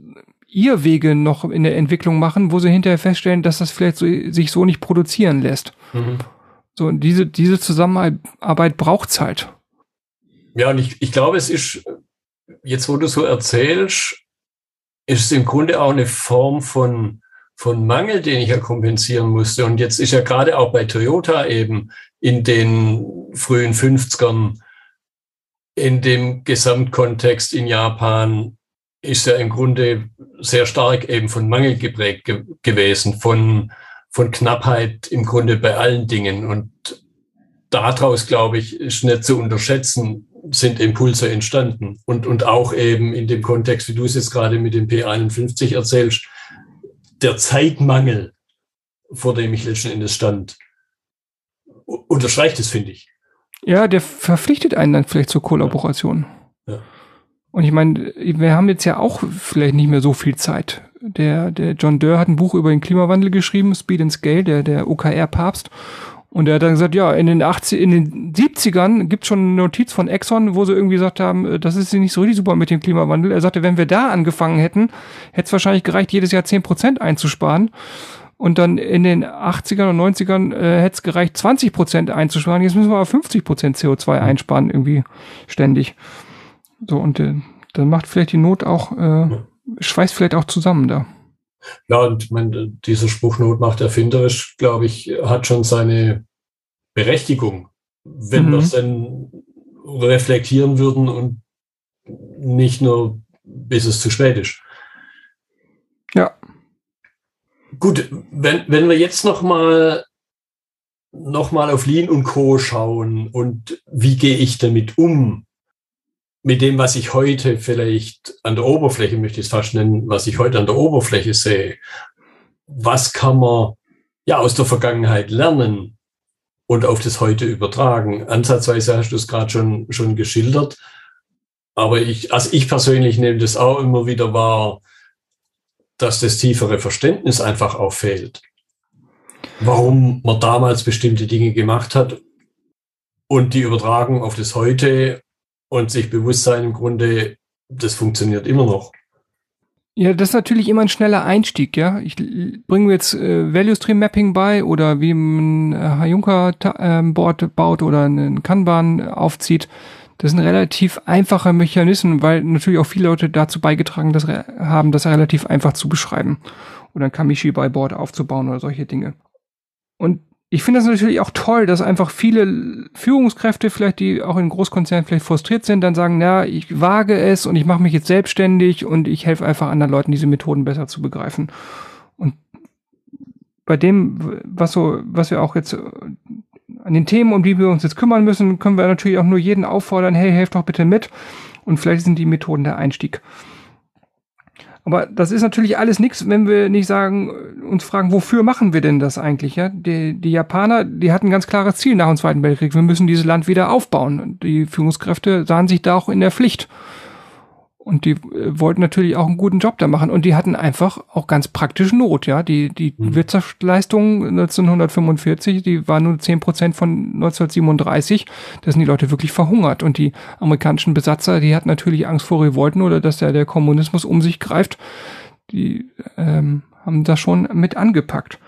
Speaker 3: Irrwege noch in der Entwicklung machen, wo sie hinterher feststellen, dass das vielleicht so, sich so nicht produzieren lässt. Mhm. So, und diese, diese Zusammenarbeit braucht's halt.
Speaker 2: Ja, und ich, ich glaube, es ist, jetzt wo du so erzählst, ist es im Grunde auch eine Form von, von Mangel, den ich ja kompensieren musste. Und jetzt ist ja gerade auch bei Toyota eben in den frühen fünfzigern, in dem Gesamtkontext in Japan, ist ja im Grunde sehr stark eben von Mangel geprägt ge- gewesen, von, von Knappheit im Grunde bei allen Dingen. Und daraus, glaube ich, ist nicht zu unterschätzen, sind Impulse entstanden. Und, und auch eben in dem Kontext, wie du es jetzt gerade mit dem P einundfünfzig erzählst, der Zeitmangel, vor dem ich letzten Endes stand, unterstreicht es, finde ich.
Speaker 3: Ja, der verpflichtet einen dann vielleicht zur Kollaboration.
Speaker 2: Ja. Ja.
Speaker 3: Und ich meine, wir haben jetzt ja auch vielleicht nicht mehr so viel Zeit. Der, der John Doerr hat ein Buch über den Klimawandel geschrieben, Speed and Scale, der, der O K R-Papst. Und er hat dann gesagt, ja, in den achtzig, in den siebzigern gibt es schon eine Notiz von Exxon, wo sie irgendwie gesagt haben, das ist nicht so richtig super mit dem Klimawandel. Er sagte, wenn wir da angefangen hätten, hätte es wahrscheinlich gereicht, jedes Jahr zehn Prozent einzusparen. Und dann in den achtzigern und neunzigern äh, hätte es gereicht, zwanzig Prozent einzusparen. Jetzt müssen wir aber fünfzig Prozent C O zwei einsparen, irgendwie ständig. So, und äh, dann macht vielleicht die Not auch, äh, schweißt vielleicht auch zusammen da.
Speaker 2: Ja, und ich meine, dieser Spruch Not macht erfinderisch, glaube ich, hat schon seine Berechtigung, wenn mhm. wir es dann reflektieren würden und nicht nur, bis es zu spät ist.
Speaker 3: Ja.
Speaker 2: Gut, wenn, wenn wir jetzt nochmal noch mal auf Lean und Co. schauen und wie gehe ich damit um, mit dem, was ich heute vielleicht an der Oberfläche, möchte ich es fast nennen, was ich heute an der Oberfläche sehe, was kann man ja aus der Vergangenheit lernen und auf das Heute übertragen? Ansatzweise hast du es gerade schon, schon geschildert, aber ich, also ich persönlich nehme das auch immer wieder wahr, dass das tiefere Verständnis einfach auch fehlt. Warum man damals bestimmte Dinge gemacht hat und die Übertragung auf das Heute und sich bewusst sein im Grunde, das funktioniert immer noch.
Speaker 3: Ja, das ist natürlich immer ein schneller Einstieg, ja. Ich bringe mir jetzt äh, Value Stream Mapping bei oder wie man ein Hayunka-Board äh, baut oder einen Kanban aufzieht. Das sind relativ einfache Mechanismen, weil natürlich auch viele Leute dazu beigetragen das haben, das relativ einfach zu beschreiben. Oder ein Kamishibai-Board aufzubauen oder solche Dinge. Und ich finde das natürlich auch toll, dass einfach viele Führungskräfte, vielleicht die auch in Großkonzernen vielleicht frustriert sind, dann sagen, na, ich wage es und ich mache mich jetzt selbstständig und ich helfe einfach anderen Leuten, diese Methoden besser zu begreifen. Und bei dem, was so, was wir auch jetzt an den Themen, um die wir uns jetzt kümmern müssen, können wir natürlich auch nur jeden auffordern, hey, helft doch bitte mit. Und vielleicht sind die Methoden der Einstieg. Aber das ist natürlich alles nichts, wenn wir nicht sagen, uns fragen, wofür machen wir denn das eigentlich? Ja, die, die Japaner, die hatten ein ganz klares Ziel nach dem Zweiten Weltkrieg. Wir müssen dieses Land wieder aufbauen. Und die Führungskräfte sahen sich da auch in der Pflicht. Und die äh, wollten natürlich auch einen guten Job da machen. Und die hatten einfach auch ganz praktisch Not. Ja, die die mhm. Wirtschaftsleistung neunzehnhundertfünfundvierzig, die war nur zehn Prozent von neunzehnhundertsiebenunddreißig. Da sind die Leute wirklich verhungert. Und die amerikanischen Besatzer, die hatten natürlich Angst vor Revolten oder dass der, der Kommunismus um sich greift. Die ähm, haben das schon mit angepackt.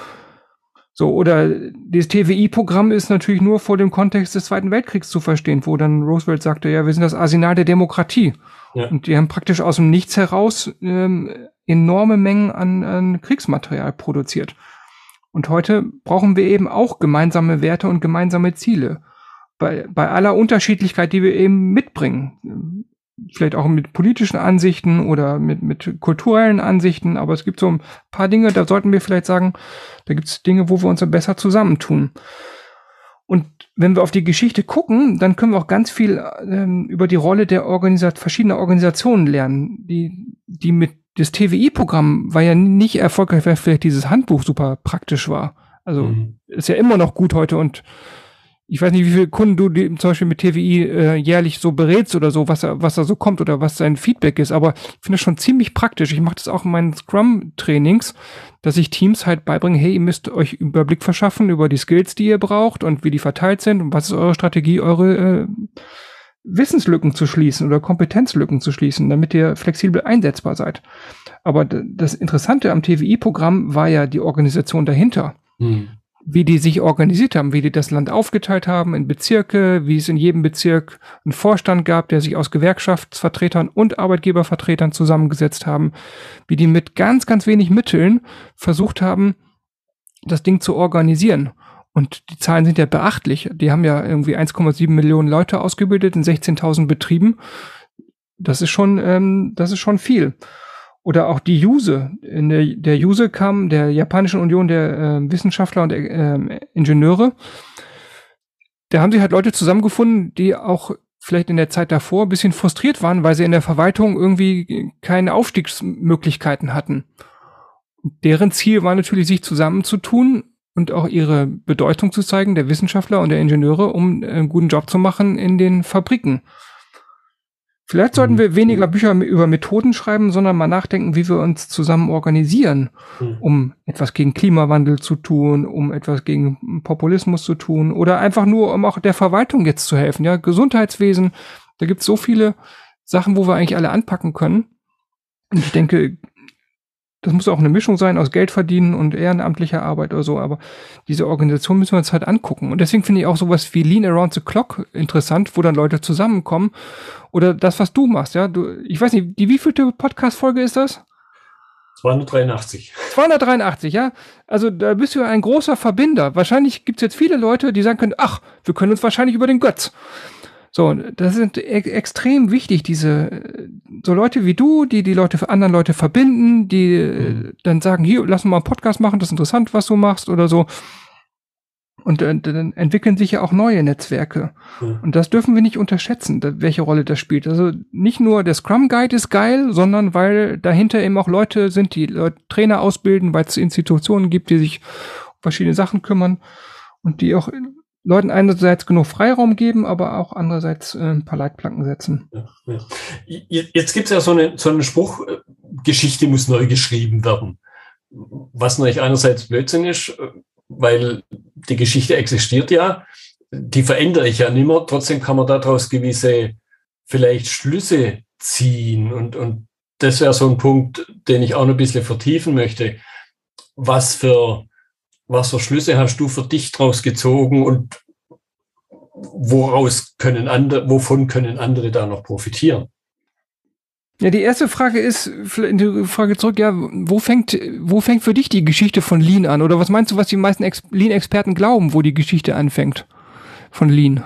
Speaker 3: So, oder das T W I-Programm ist natürlich nur vor dem Kontext des Zweiten Weltkriegs zu verstehen, wo dann Roosevelt sagte, ja, wir sind das Arsenal der Demokratie. Ja. Und die haben praktisch aus dem Nichts heraus ähm, enorme Mengen an, an Kriegsmaterial produziert. Und heute brauchen wir eben auch gemeinsame Werte und gemeinsame Ziele. Bei, bei aller Unterschiedlichkeit, die wir eben mitbringen. Vielleicht auch mit politischen Ansichten oder mit, mit kulturellen Ansichten. Aber es gibt so ein paar Dinge, da sollten wir vielleicht sagen, da gibt es Dinge, wo wir uns besser zusammentun. Und wenn wir auf die Geschichte gucken, dann können wir auch ganz viel ähm, über die Rolle der Organisat- verschiedener Organisationen lernen, die, die mit das T W I-Programm war ja nicht erfolgreich, weil vielleicht dieses Handbuch super praktisch war. Also mhm. ist ja immer noch gut heute und ich weiß nicht, wie viele Kunden du die, zum Beispiel mit T W I äh, jährlich so berätst oder so, was, was da so kommt oder was sein Feedback ist. Aber ich finde das schon ziemlich praktisch. Ich mache das auch in meinen Scrum-Trainings, dass ich Teams halt beibringe, hey, ihr müsst euch Überblick verschaffen über die Skills, die ihr braucht und wie die verteilt sind und was ist eure Strategie, eure äh, Wissenslücken zu schließen oder Kompetenzlücken zu schließen, damit ihr flexibel einsetzbar seid. Aber das Interessante am T W I-Programm war ja die Organisation dahinter. Hm. Wie die sich organisiert haben, wie die das Land aufgeteilt haben in Bezirke, wie es in jedem Bezirk einen Vorstand gab, der sich aus Gewerkschaftsvertretern und Arbeitgebervertretern zusammengesetzt haben, wie die mit ganz, ganz wenig Mitteln versucht haben, das Ding zu organisieren. Und die Zahlen sind ja beachtlich. Die haben ja irgendwie eins Komma sieben Millionen Leute ausgebildet in sechzehntausend Betrieben. Das ist schon, ähm, das ist schon viel. Oder auch die Juso. In der, der Juso kam der Japanischen Union der äh, Wissenschaftler und äh, Ingenieure. Da haben sich halt Leute zusammengefunden, die auch vielleicht in der Zeit davor ein bisschen frustriert waren, weil sie in der Verwaltung irgendwie keine Aufstiegsmöglichkeiten hatten. Deren Ziel war natürlich, sich zusammenzutun und auch ihre Bedeutung zu zeigen, der Wissenschaftler und der Ingenieure, um einen guten Job zu machen in den Fabriken. Vielleicht sollten wir weniger Bücher über Methoden schreiben, sondern mal nachdenken, wie wir uns zusammen organisieren, um etwas gegen Klimawandel zu tun, um etwas gegen Populismus zu tun oder einfach nur, um auch der Verwaltung jetzt zu helfen. Ja, Gesundheitswesen, da gibt es so viele Sachen, wo wir eigentlich alle anpacken können. Und ich denke, das muss auch eine Mischung sein aus Geld verdienen und ehrenamtlicher Arbeit oder so, aber diese Organisation müssen wir uns halt angucken. Und deswegen finde ich auch sowas wie Lean Around the Clock interessant, wo dann Leute zusammenkommen. Oder das, was du machst, ja. Du, ich weiß nicht, die wievielte Podcast-Folge ist das?
Speaker 2: zweihundertdreiundachtzig.
Speaker 3: zweihundertreiundachtzig, ja. Also da bist du ein großer Verbinder. Wahrscheinlich gibt es jetzt viele Leute, die sagen können, ach, wir können uns wahrscheinlich über den Götz. So, das sind e- extrem wichtig, diese, so Leute wie du, die die Leute für anderen Leute verbinden, die mhm. dann sagen, hier, lass uns mal einen Podcast machen, das ist interessant, was du machst oder so. Und äh, dann entwickeln sich ja auch neue Netzwerke. Mhm. Und das dürfen wir nicht unterschätzen, da, welche Rolle das spielt. Also nicht nur der Scrum Guide ist geil, sondern weil dahinter eben auch Leute sind, die Leute, Trainer ausbilden, weil es Institutionen gibt, die sich um verschiedene Sachen kümmern und die auch Leuten einerseits genug Freiraum geben, aber auch andererseits äh, ein paar Leitplanken setzen.
Speaker 2: Ja, ja. Jetzt gibt es ja so, eine, so einen Spruch, Geschichte muss neu geschrieben werden. Was natürlich einerseits Blödsinn ist, weil die Geschichte existiert ja, die verändere ich ja nicht mehr, trotzdem kann man daraus gewisse vielleicht Schlüsse ziehen und, und das wäre so ein Punkt, den ich auch noch ein bisschen vertiefen möchte. Was für Was für Schlüsse hast du für dich draus gezogen und woraus können andere, wovon können andere da noch profitieren?
Speaker 3: Ja, die erste Frage ist, die Frage zurück, ja, wo fängt, wo fängt für dich die Geschichte von Lean an? Oder was meinst du, was die meisten Ex- Lean-Experten glauben, wo die Geschichte anfängt von Lean?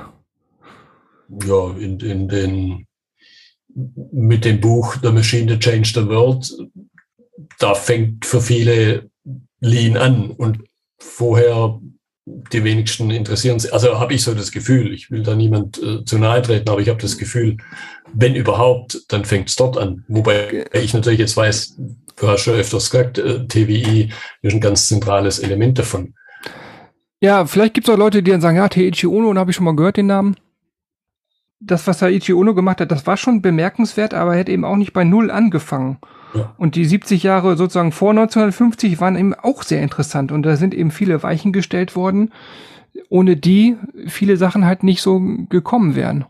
Speaker 2: Ja, in, in den, mit dem Buch The Machine That Changed the World, da fängt für viele Lean an und vorher die wenigsten interessieren sich. Also habe ich so das Gefühl, ich will da niemand äh, zu nahe treten, aber ich habe das Gefühl, wenn überhaupt, dann fängt es dort an. Wobei ich natürlich jetzt weiß, du hast schon öfters gesagt, äh, T W I ist ein ganz zentrales Element davon.
Speaker 3: Ja, vielleicht gibt es auch Leute, die dann sagen, ja, Teiichi Ohno, und habe ich schon mal gehört den Namen. Das, was Teiichi Ohno gemacht hat, das war schon bemerkenswert, aber er hat eben auch nicht bei Null angefangen. Ja. Und die siebzig Jahre sozusagen vor neunzehnhundertfünfzig waren eben auch sehr interessant. Und da sind eben viele Weichen gestellt worden, ohne die viele Sachen halt nicht so gekommen wären.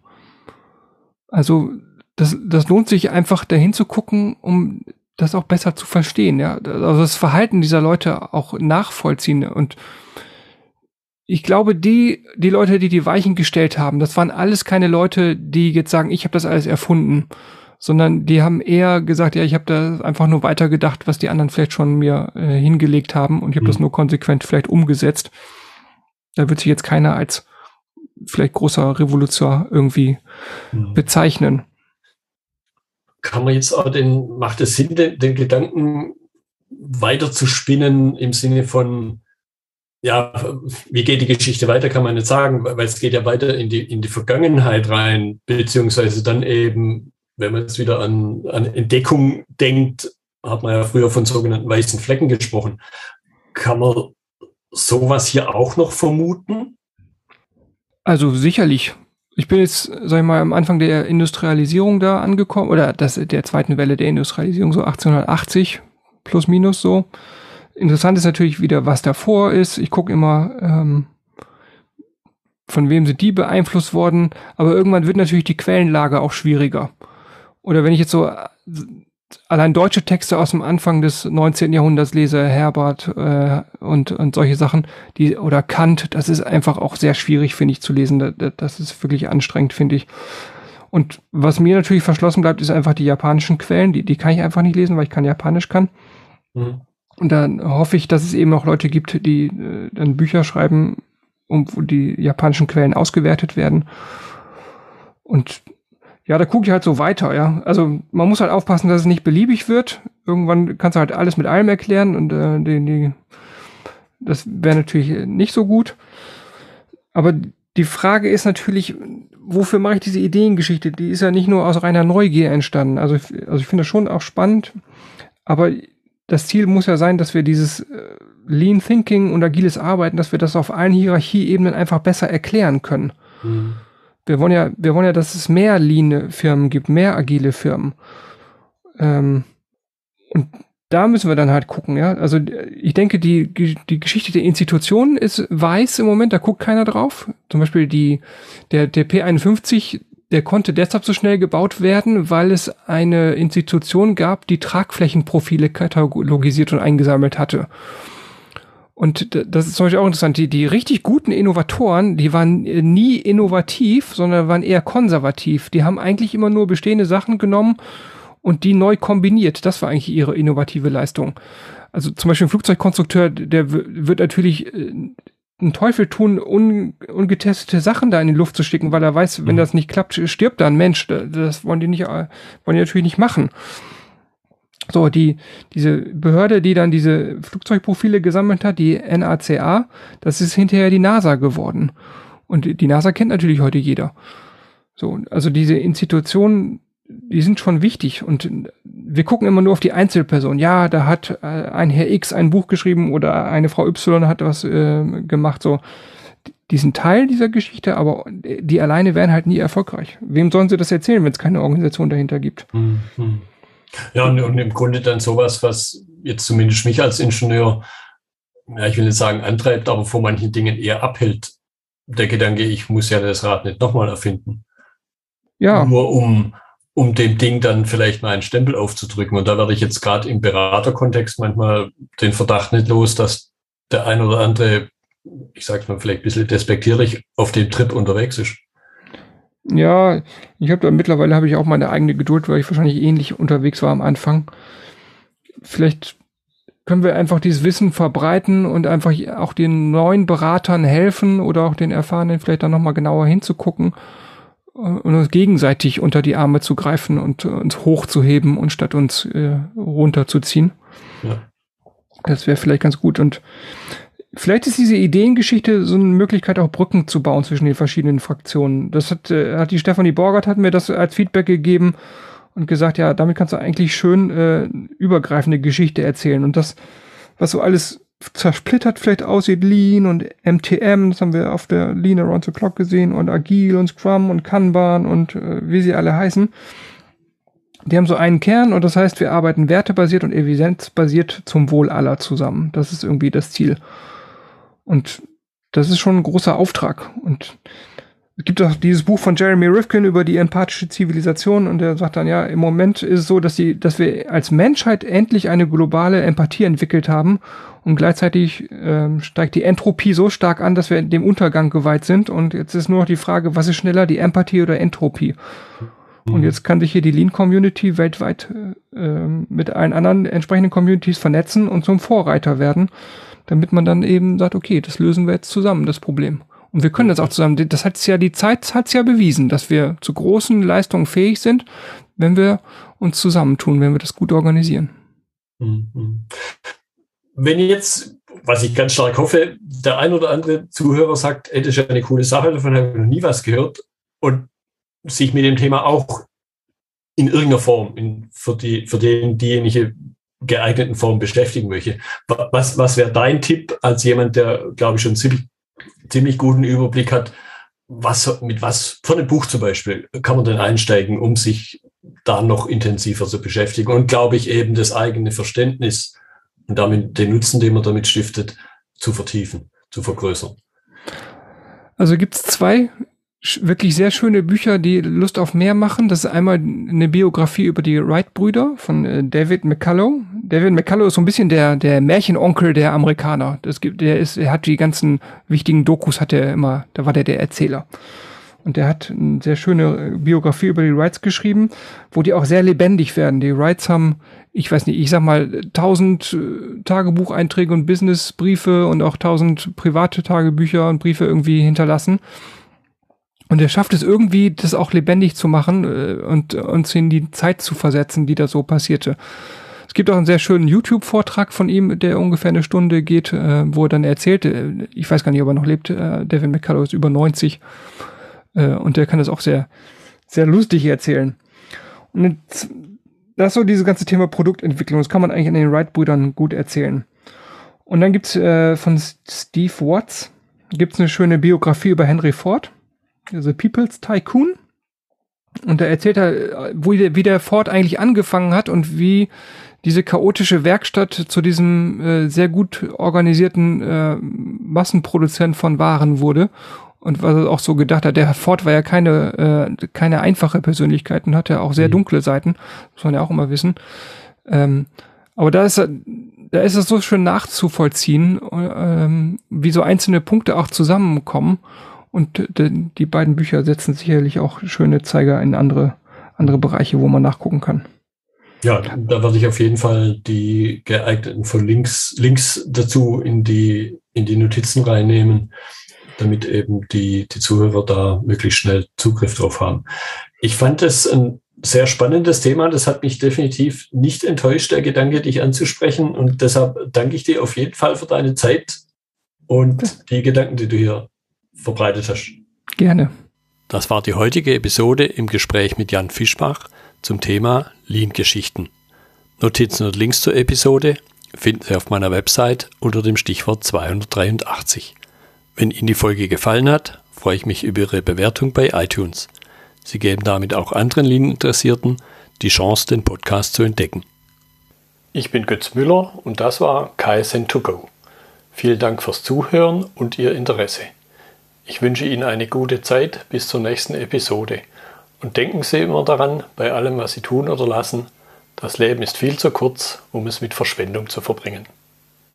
Speaker 3: Also das, das lohnt sich einfach dahin zu gucken, um das auch besser zu verstehen. Ja, also das Verhalten dieser Leute auch nachvollziehen. Und ich glaube, die die Leute, die die Weichen gestellt haben, das waren alles keine Leute, die jetzt sagen, ich habe das alles erfunden, sondern die haben eher gesagt, ja, ich habe da einfach nur weitergedacht, was die anderen vielleicht schon mir äh, hingelegt haben und ich habe mhm. das nur konsequent vielleicht umgesetzt. Da wird sich jetzt keiner als vielleicht großer Revolutionär irgendwie mhm. bezeichnen.
Speaker 2: Kann man jetzt auch den, macht es Sinn, den, den Gedanken weiter zu spinnen im Sinne von, ja, wie geht die Geschichte weiter, kann man nicht sagen, weil es geht ja weiter in die, in die Vergangenheit rein, beziehungsweise dann eben, wenn man jetzt wieder an, an Entdeckung denkt, hat man ja früher von sogenannten weißen Flecken gesprochen. Kann man sowas hier auch noch vermuten?
Speaker 3: Also sicherlich. Ich bin jetzt, sag ich mal, am Anfang der Industrialisierung da angekommen, oder das, der zweiten Welle der Industrialisierung, so achtzehnhundertachtzig, plus minus so. Interessant ist natürlich wieder, was davor ist. Ich gucke immer, ähm, von wem sind die beeinflusst worden, aber irgendwann wird natürlich die Quellenlage auch schwieriger. Oder wenn ich jetzt so allein deutsche Texte aus dem Anfang des neunzehnten Jahrhunderts lese, Herbert äh, und, und solche Sachen, die oder Kant, das ist einfach auch sehr schwierig, finde ich, zu lesen. Das, das ist wirklich anstrengend, finde ich. Und was mir natürlich verschlossen bleibt, ist einfach die japanischen Quellen. Die, die kann ich einfach nicht lesen, weil ich kein Japanisch kann. Mhm. Und dann hoffe ich, dass es eben auch Leute gibt, die äh, dann Bücher schreiben, um, wo die japanischen Quellen ausgewertet werden. Und ja, da gucke ich halt so weiter, ja. Also man muss halt aufpassen, dass es nicht beliebig wird. Irgendwann kannst du halt alles mit allem erklären und äh, die, die, das wäre natürlich nicht so gut. Aber die Frage ist natürlich, wofür mache ich diese Ideengeschichte? Die ist ja nicht nur aus reiner Neugier entstanden. Also, also ich finde das schon auch spannend, aber das Ziel muss ja sein, dass wir dieses äh, Lean Thinking und agiles Arbeiten, dass wir das auf allen Hierarchieebenen einfach besser erklären können. Mhm. Wir wollen ja, wir wollen ja, dass es mehr Lean-Firmen gibt, mehr agile Firmen. Ähm, und da müssen wir dann halt gucken, ja. Also ich denke, die, die Geschichte der Institutionen ist weiß im Moment, da guckt keiner drauf. Zum Beispiel die, der, der P einundfünfzig, der konnte deshalb so schnell gebaut werden, weil es eine Institution gab, die Tragflächenprofile katalogisiert und eingesammelt hatte. Und das ist zum Beispiel auch interessant, die, die richtig guten Innovatoren, die waren nie innovativ, sondern waren eher konservativ. Die haben eigentlich immer nur bestehende Sachen genommen und die neu kombiniert. Das war eigentlich ihre innovative Leistung. Also zum Beispiel ein Flugzeugkonstrukteur, der w- wird natürlich äh, einen Teufel tun, un, ungetestete Sachen da in die Luft zu schicken, weil er weiß, wenn das nicht klappt, stirbt da ein Mensch. Das wollen die nicht, wollen die natürlich nicht machen. So, die, diese Behörde, die dann diese Flugzeugprofile gesammelt hat, die N A C A, das ist hinterher die NASA geworden. Und die NASA kennt natürlich heute jeder. So, also diese Institutionen, die sind schon wichtig. Und wir gucken immer nur auf die Einzelperson. Ja, da hat äh, ein Herr X ein Buch geschrieben oder eine Frau Y hat was äh, gemacht. So, die sind Teil dieser Geschichte, aber die alleine wären halt nie erfolgreich. Wem sollen sie das erzählen, wenn es keine Organisation dahinter gibt?
Speaker 2: Mhm. Ja, und, und im Grunde dann sowas, was jetzt zumindest mich als Ingenieur, ja, ich will nicht sagen antreibt, aber vor manchen Dingen eher abhält. Der Gedanke, ich muss ja das Rad nicht nochmal erfinden. Ja. Nur um, um dem Ding dann vielleicht mal einen Stempel aufzudrücken. Und da werde ich jetzt gerade im Beraterkontext manchmal den Verdacht nicht los, dass der ein oder andere, ich sag's mal vielleicht ein bisschen despektierlich, auf dem Trip unterwegs ist.
Speaker 3: Ja, ich habe da mittlerweile habe ich auch meine eigene Geduld, weil ich wahrscheinlich ähnlich unterwegs war am Anfang. Vielleicht können wir einfach dieses Wissen verbreiten und einfach auch den neuen Beratern helfen oder auch den Erfahrenen vielleicht dann nochmal genauer hinzugucken und uns gegenseitig unter die Arme zu greifen und uns hochzuheben und statt uns äh, runterzuziehen. Ja. Das wäre vielleicht ganz gut. Und vielleicht ist diese Ideengeschichte so eine Möglichkeit, auch Brücken zu bauen zwischen den verschiedenen Fraktionen. Das hat, äh, hat die Stefanie Borgert hat mir das als Feedback gegeben und gesagt, ja, damit kannst du eigentlich schön äh, übergreifende Geschichte erzählen. Und das, was so alles zersplittert vielleicht aussieht, Lean und M T M, das haben wir auf der Lean Around the Clock gesehen, und Agile und Scrum und Kanban und äh, wie sie alle heißen. Die haben so einen Kern und das heißt, wir arbeiten wertebasiert und evidenzbasiert zum Wohl aller zusammen. Das ist irgendwie das Ziel. Und das ist schon ein großer Auftrag. Und es gibt auch dieses Buch von Jeremy Rifkin über die empathische Zivilisation und der sagt dann, ja, im Moment ist es so, dass die, dass wir als Menschheit endlich eine globale Empathie entwickelt haben und gleichzeitig ähm, steigt die Entropie so stark an, dass wir dem Untergang geweiht sind und jetzt ist nur noch die Frage, was ist schneller, die Empathie oder Entropie? Mhm. Und jetzt kann sich hier die Lean-Community weltweit äh, mit allen anderen entsprechenden Communities vernetzen und zum Vorreiter werden, damit man dann eben sagt, okay, das lösen wir jetzt zusammen, das Problem. Und wir können das auch zusammen. Das hat's ja, die Zeit hat's ja bewiesen, dass wir zu großen Leistungen fähig sind, wenn wir uns zusammentun, wenn wir das gut organisieren.
Speaker 2: Wenn jetzt, was ich ganz stark hoffe, der ein oder andere Zuhörer sagt, ey, das ist ja eine coole Sache, davon habe ich noch nie was gehört und sich mit dem Thema auch in irgendeiner Form, in, für die, für den, diejenige geeigneten Form beschäftigen möchte. Was, was wäre dein Tipp als jemand, der, glaube ich, schon ziemlich, ziemlich guten Überblick hat, was, mit was, von einem Buch zum Beispiel, kann man denn einsteigen, um sich da noch intensiver zu beschäftigen und, glaube ich, eben das eigene Verständnis und damit den Nutzen, den man damit stiftet, zu vertiefen, zu vergrößern?
Speaker 3: Also gibt's zwei wirklich sehr schöne Bücher, die Lust auf mehr machen. Das ist einmal eine Biografie über die Wright-Brüder von David McCullough. David McCullough ist so ein bisschen der der Märchenonkel der Amerikaner. Das gibt, der ist, er hat die ganzen wichtigen Dokus, hat er immer, da war der der Erzähler. Und der hat eine sehr schöne Biografie über die Wrights geschrieben, wo die auch sehr lebendig werden. Die Wrights haben, ich weiß nicht, ich sag mal, tausend Tagebucheinträge und Businessbriefe und auch tausend private Tagebücher und Briefe irgendwie hinterlassen. Und er schafft es irgendwie, das auch lebendig zu machen äh, und uns in die Zeit zu versetzen, die da so passierte. Es gibt auch einen sehr schönen YouTube-Vortrag von ihm, der ungefähr eine Stunde geht, äh, wo er dann erzählt, äh, ich weiß gar nicht, ob er noch lebt, äh, David McCullough ist über neunzig äh, und der kann das auch sehr, sehr lustig erzählen. Und jetzt, das ist so dieses ganze Thema Produktentwicklung, das kann man eigentlich an den Wright-Brüdern gut erzählen. Und dann gibt's äh, von Steve Watts, gibt's eine schöne Biografie über Henry Ford. The People's Tycoon. Und da erzählt er, wo der, wie der Ford eigentlich angefangen hat und wie diese chaotische Werkstatt zu diesem äh, sehr gut organisierten äh, Massenproduzent von Waren wurde. Und was er auch so gedacht hat, der Ford war ja keine äh, keine einfache Persönlichkeit und hatte auch sehr dunkle Seiten, muss man ja auch immer wissen. Ähm, aber da ist da ist es so schön nachzuvollziehen, ähm, wie so einzelne Punkte auch zusammenkommen. Und die beiden Bücher setzen sicherlich auch schöne Zeiger in andere, andere Bereiche, wo man nachgucken kann.
Speaker 2: Ja, da werde ich auf jeden Fall die geeigneten von Links, Links dazu in die, in die Notizen reinnehmen, damit eben die, die Zuhörer da möglichst schnell Zugriff drauf haben. Ich fand es ein sehr spannendes Thema. Das hat mich definitiv nicht enttäuscht, der Gedanke, dich anzusprechen. Und deshalb danke ich dir auf jeden Fall für deine Zeit und die Gedanken, die du hier verbreitet hast.
Speaker 3: Gerne.
Speaker 1: Das war die heutige Episode im Gespräch mit Jan Fischbach zum Thema Lean-Geschichten. Notizen und Links zur Episode finden Sie auf meiner Website unter dem Stichwort zweihundertdreiundachtzig. Wenn Ihnen die Folge gefallen hat, freue ich mich über Ihre Bewertung bei iTunes. Sie geben damit auch anderen Lean-Interessierten die Chance, den Podcast zu entdecken. Ich bin Götz Müller und das war K S N to go. Vielen Dank fürs Zuhören und Ihr Interesse. Ich wünsche Ihnen eine gute Zeit bis zur nächsten Episode. Und denken Sie immer daran, bei allem, was Sie tun oder lassen, das Leben ist viel zu kurz, um es mit Verschwendung zu verbringen.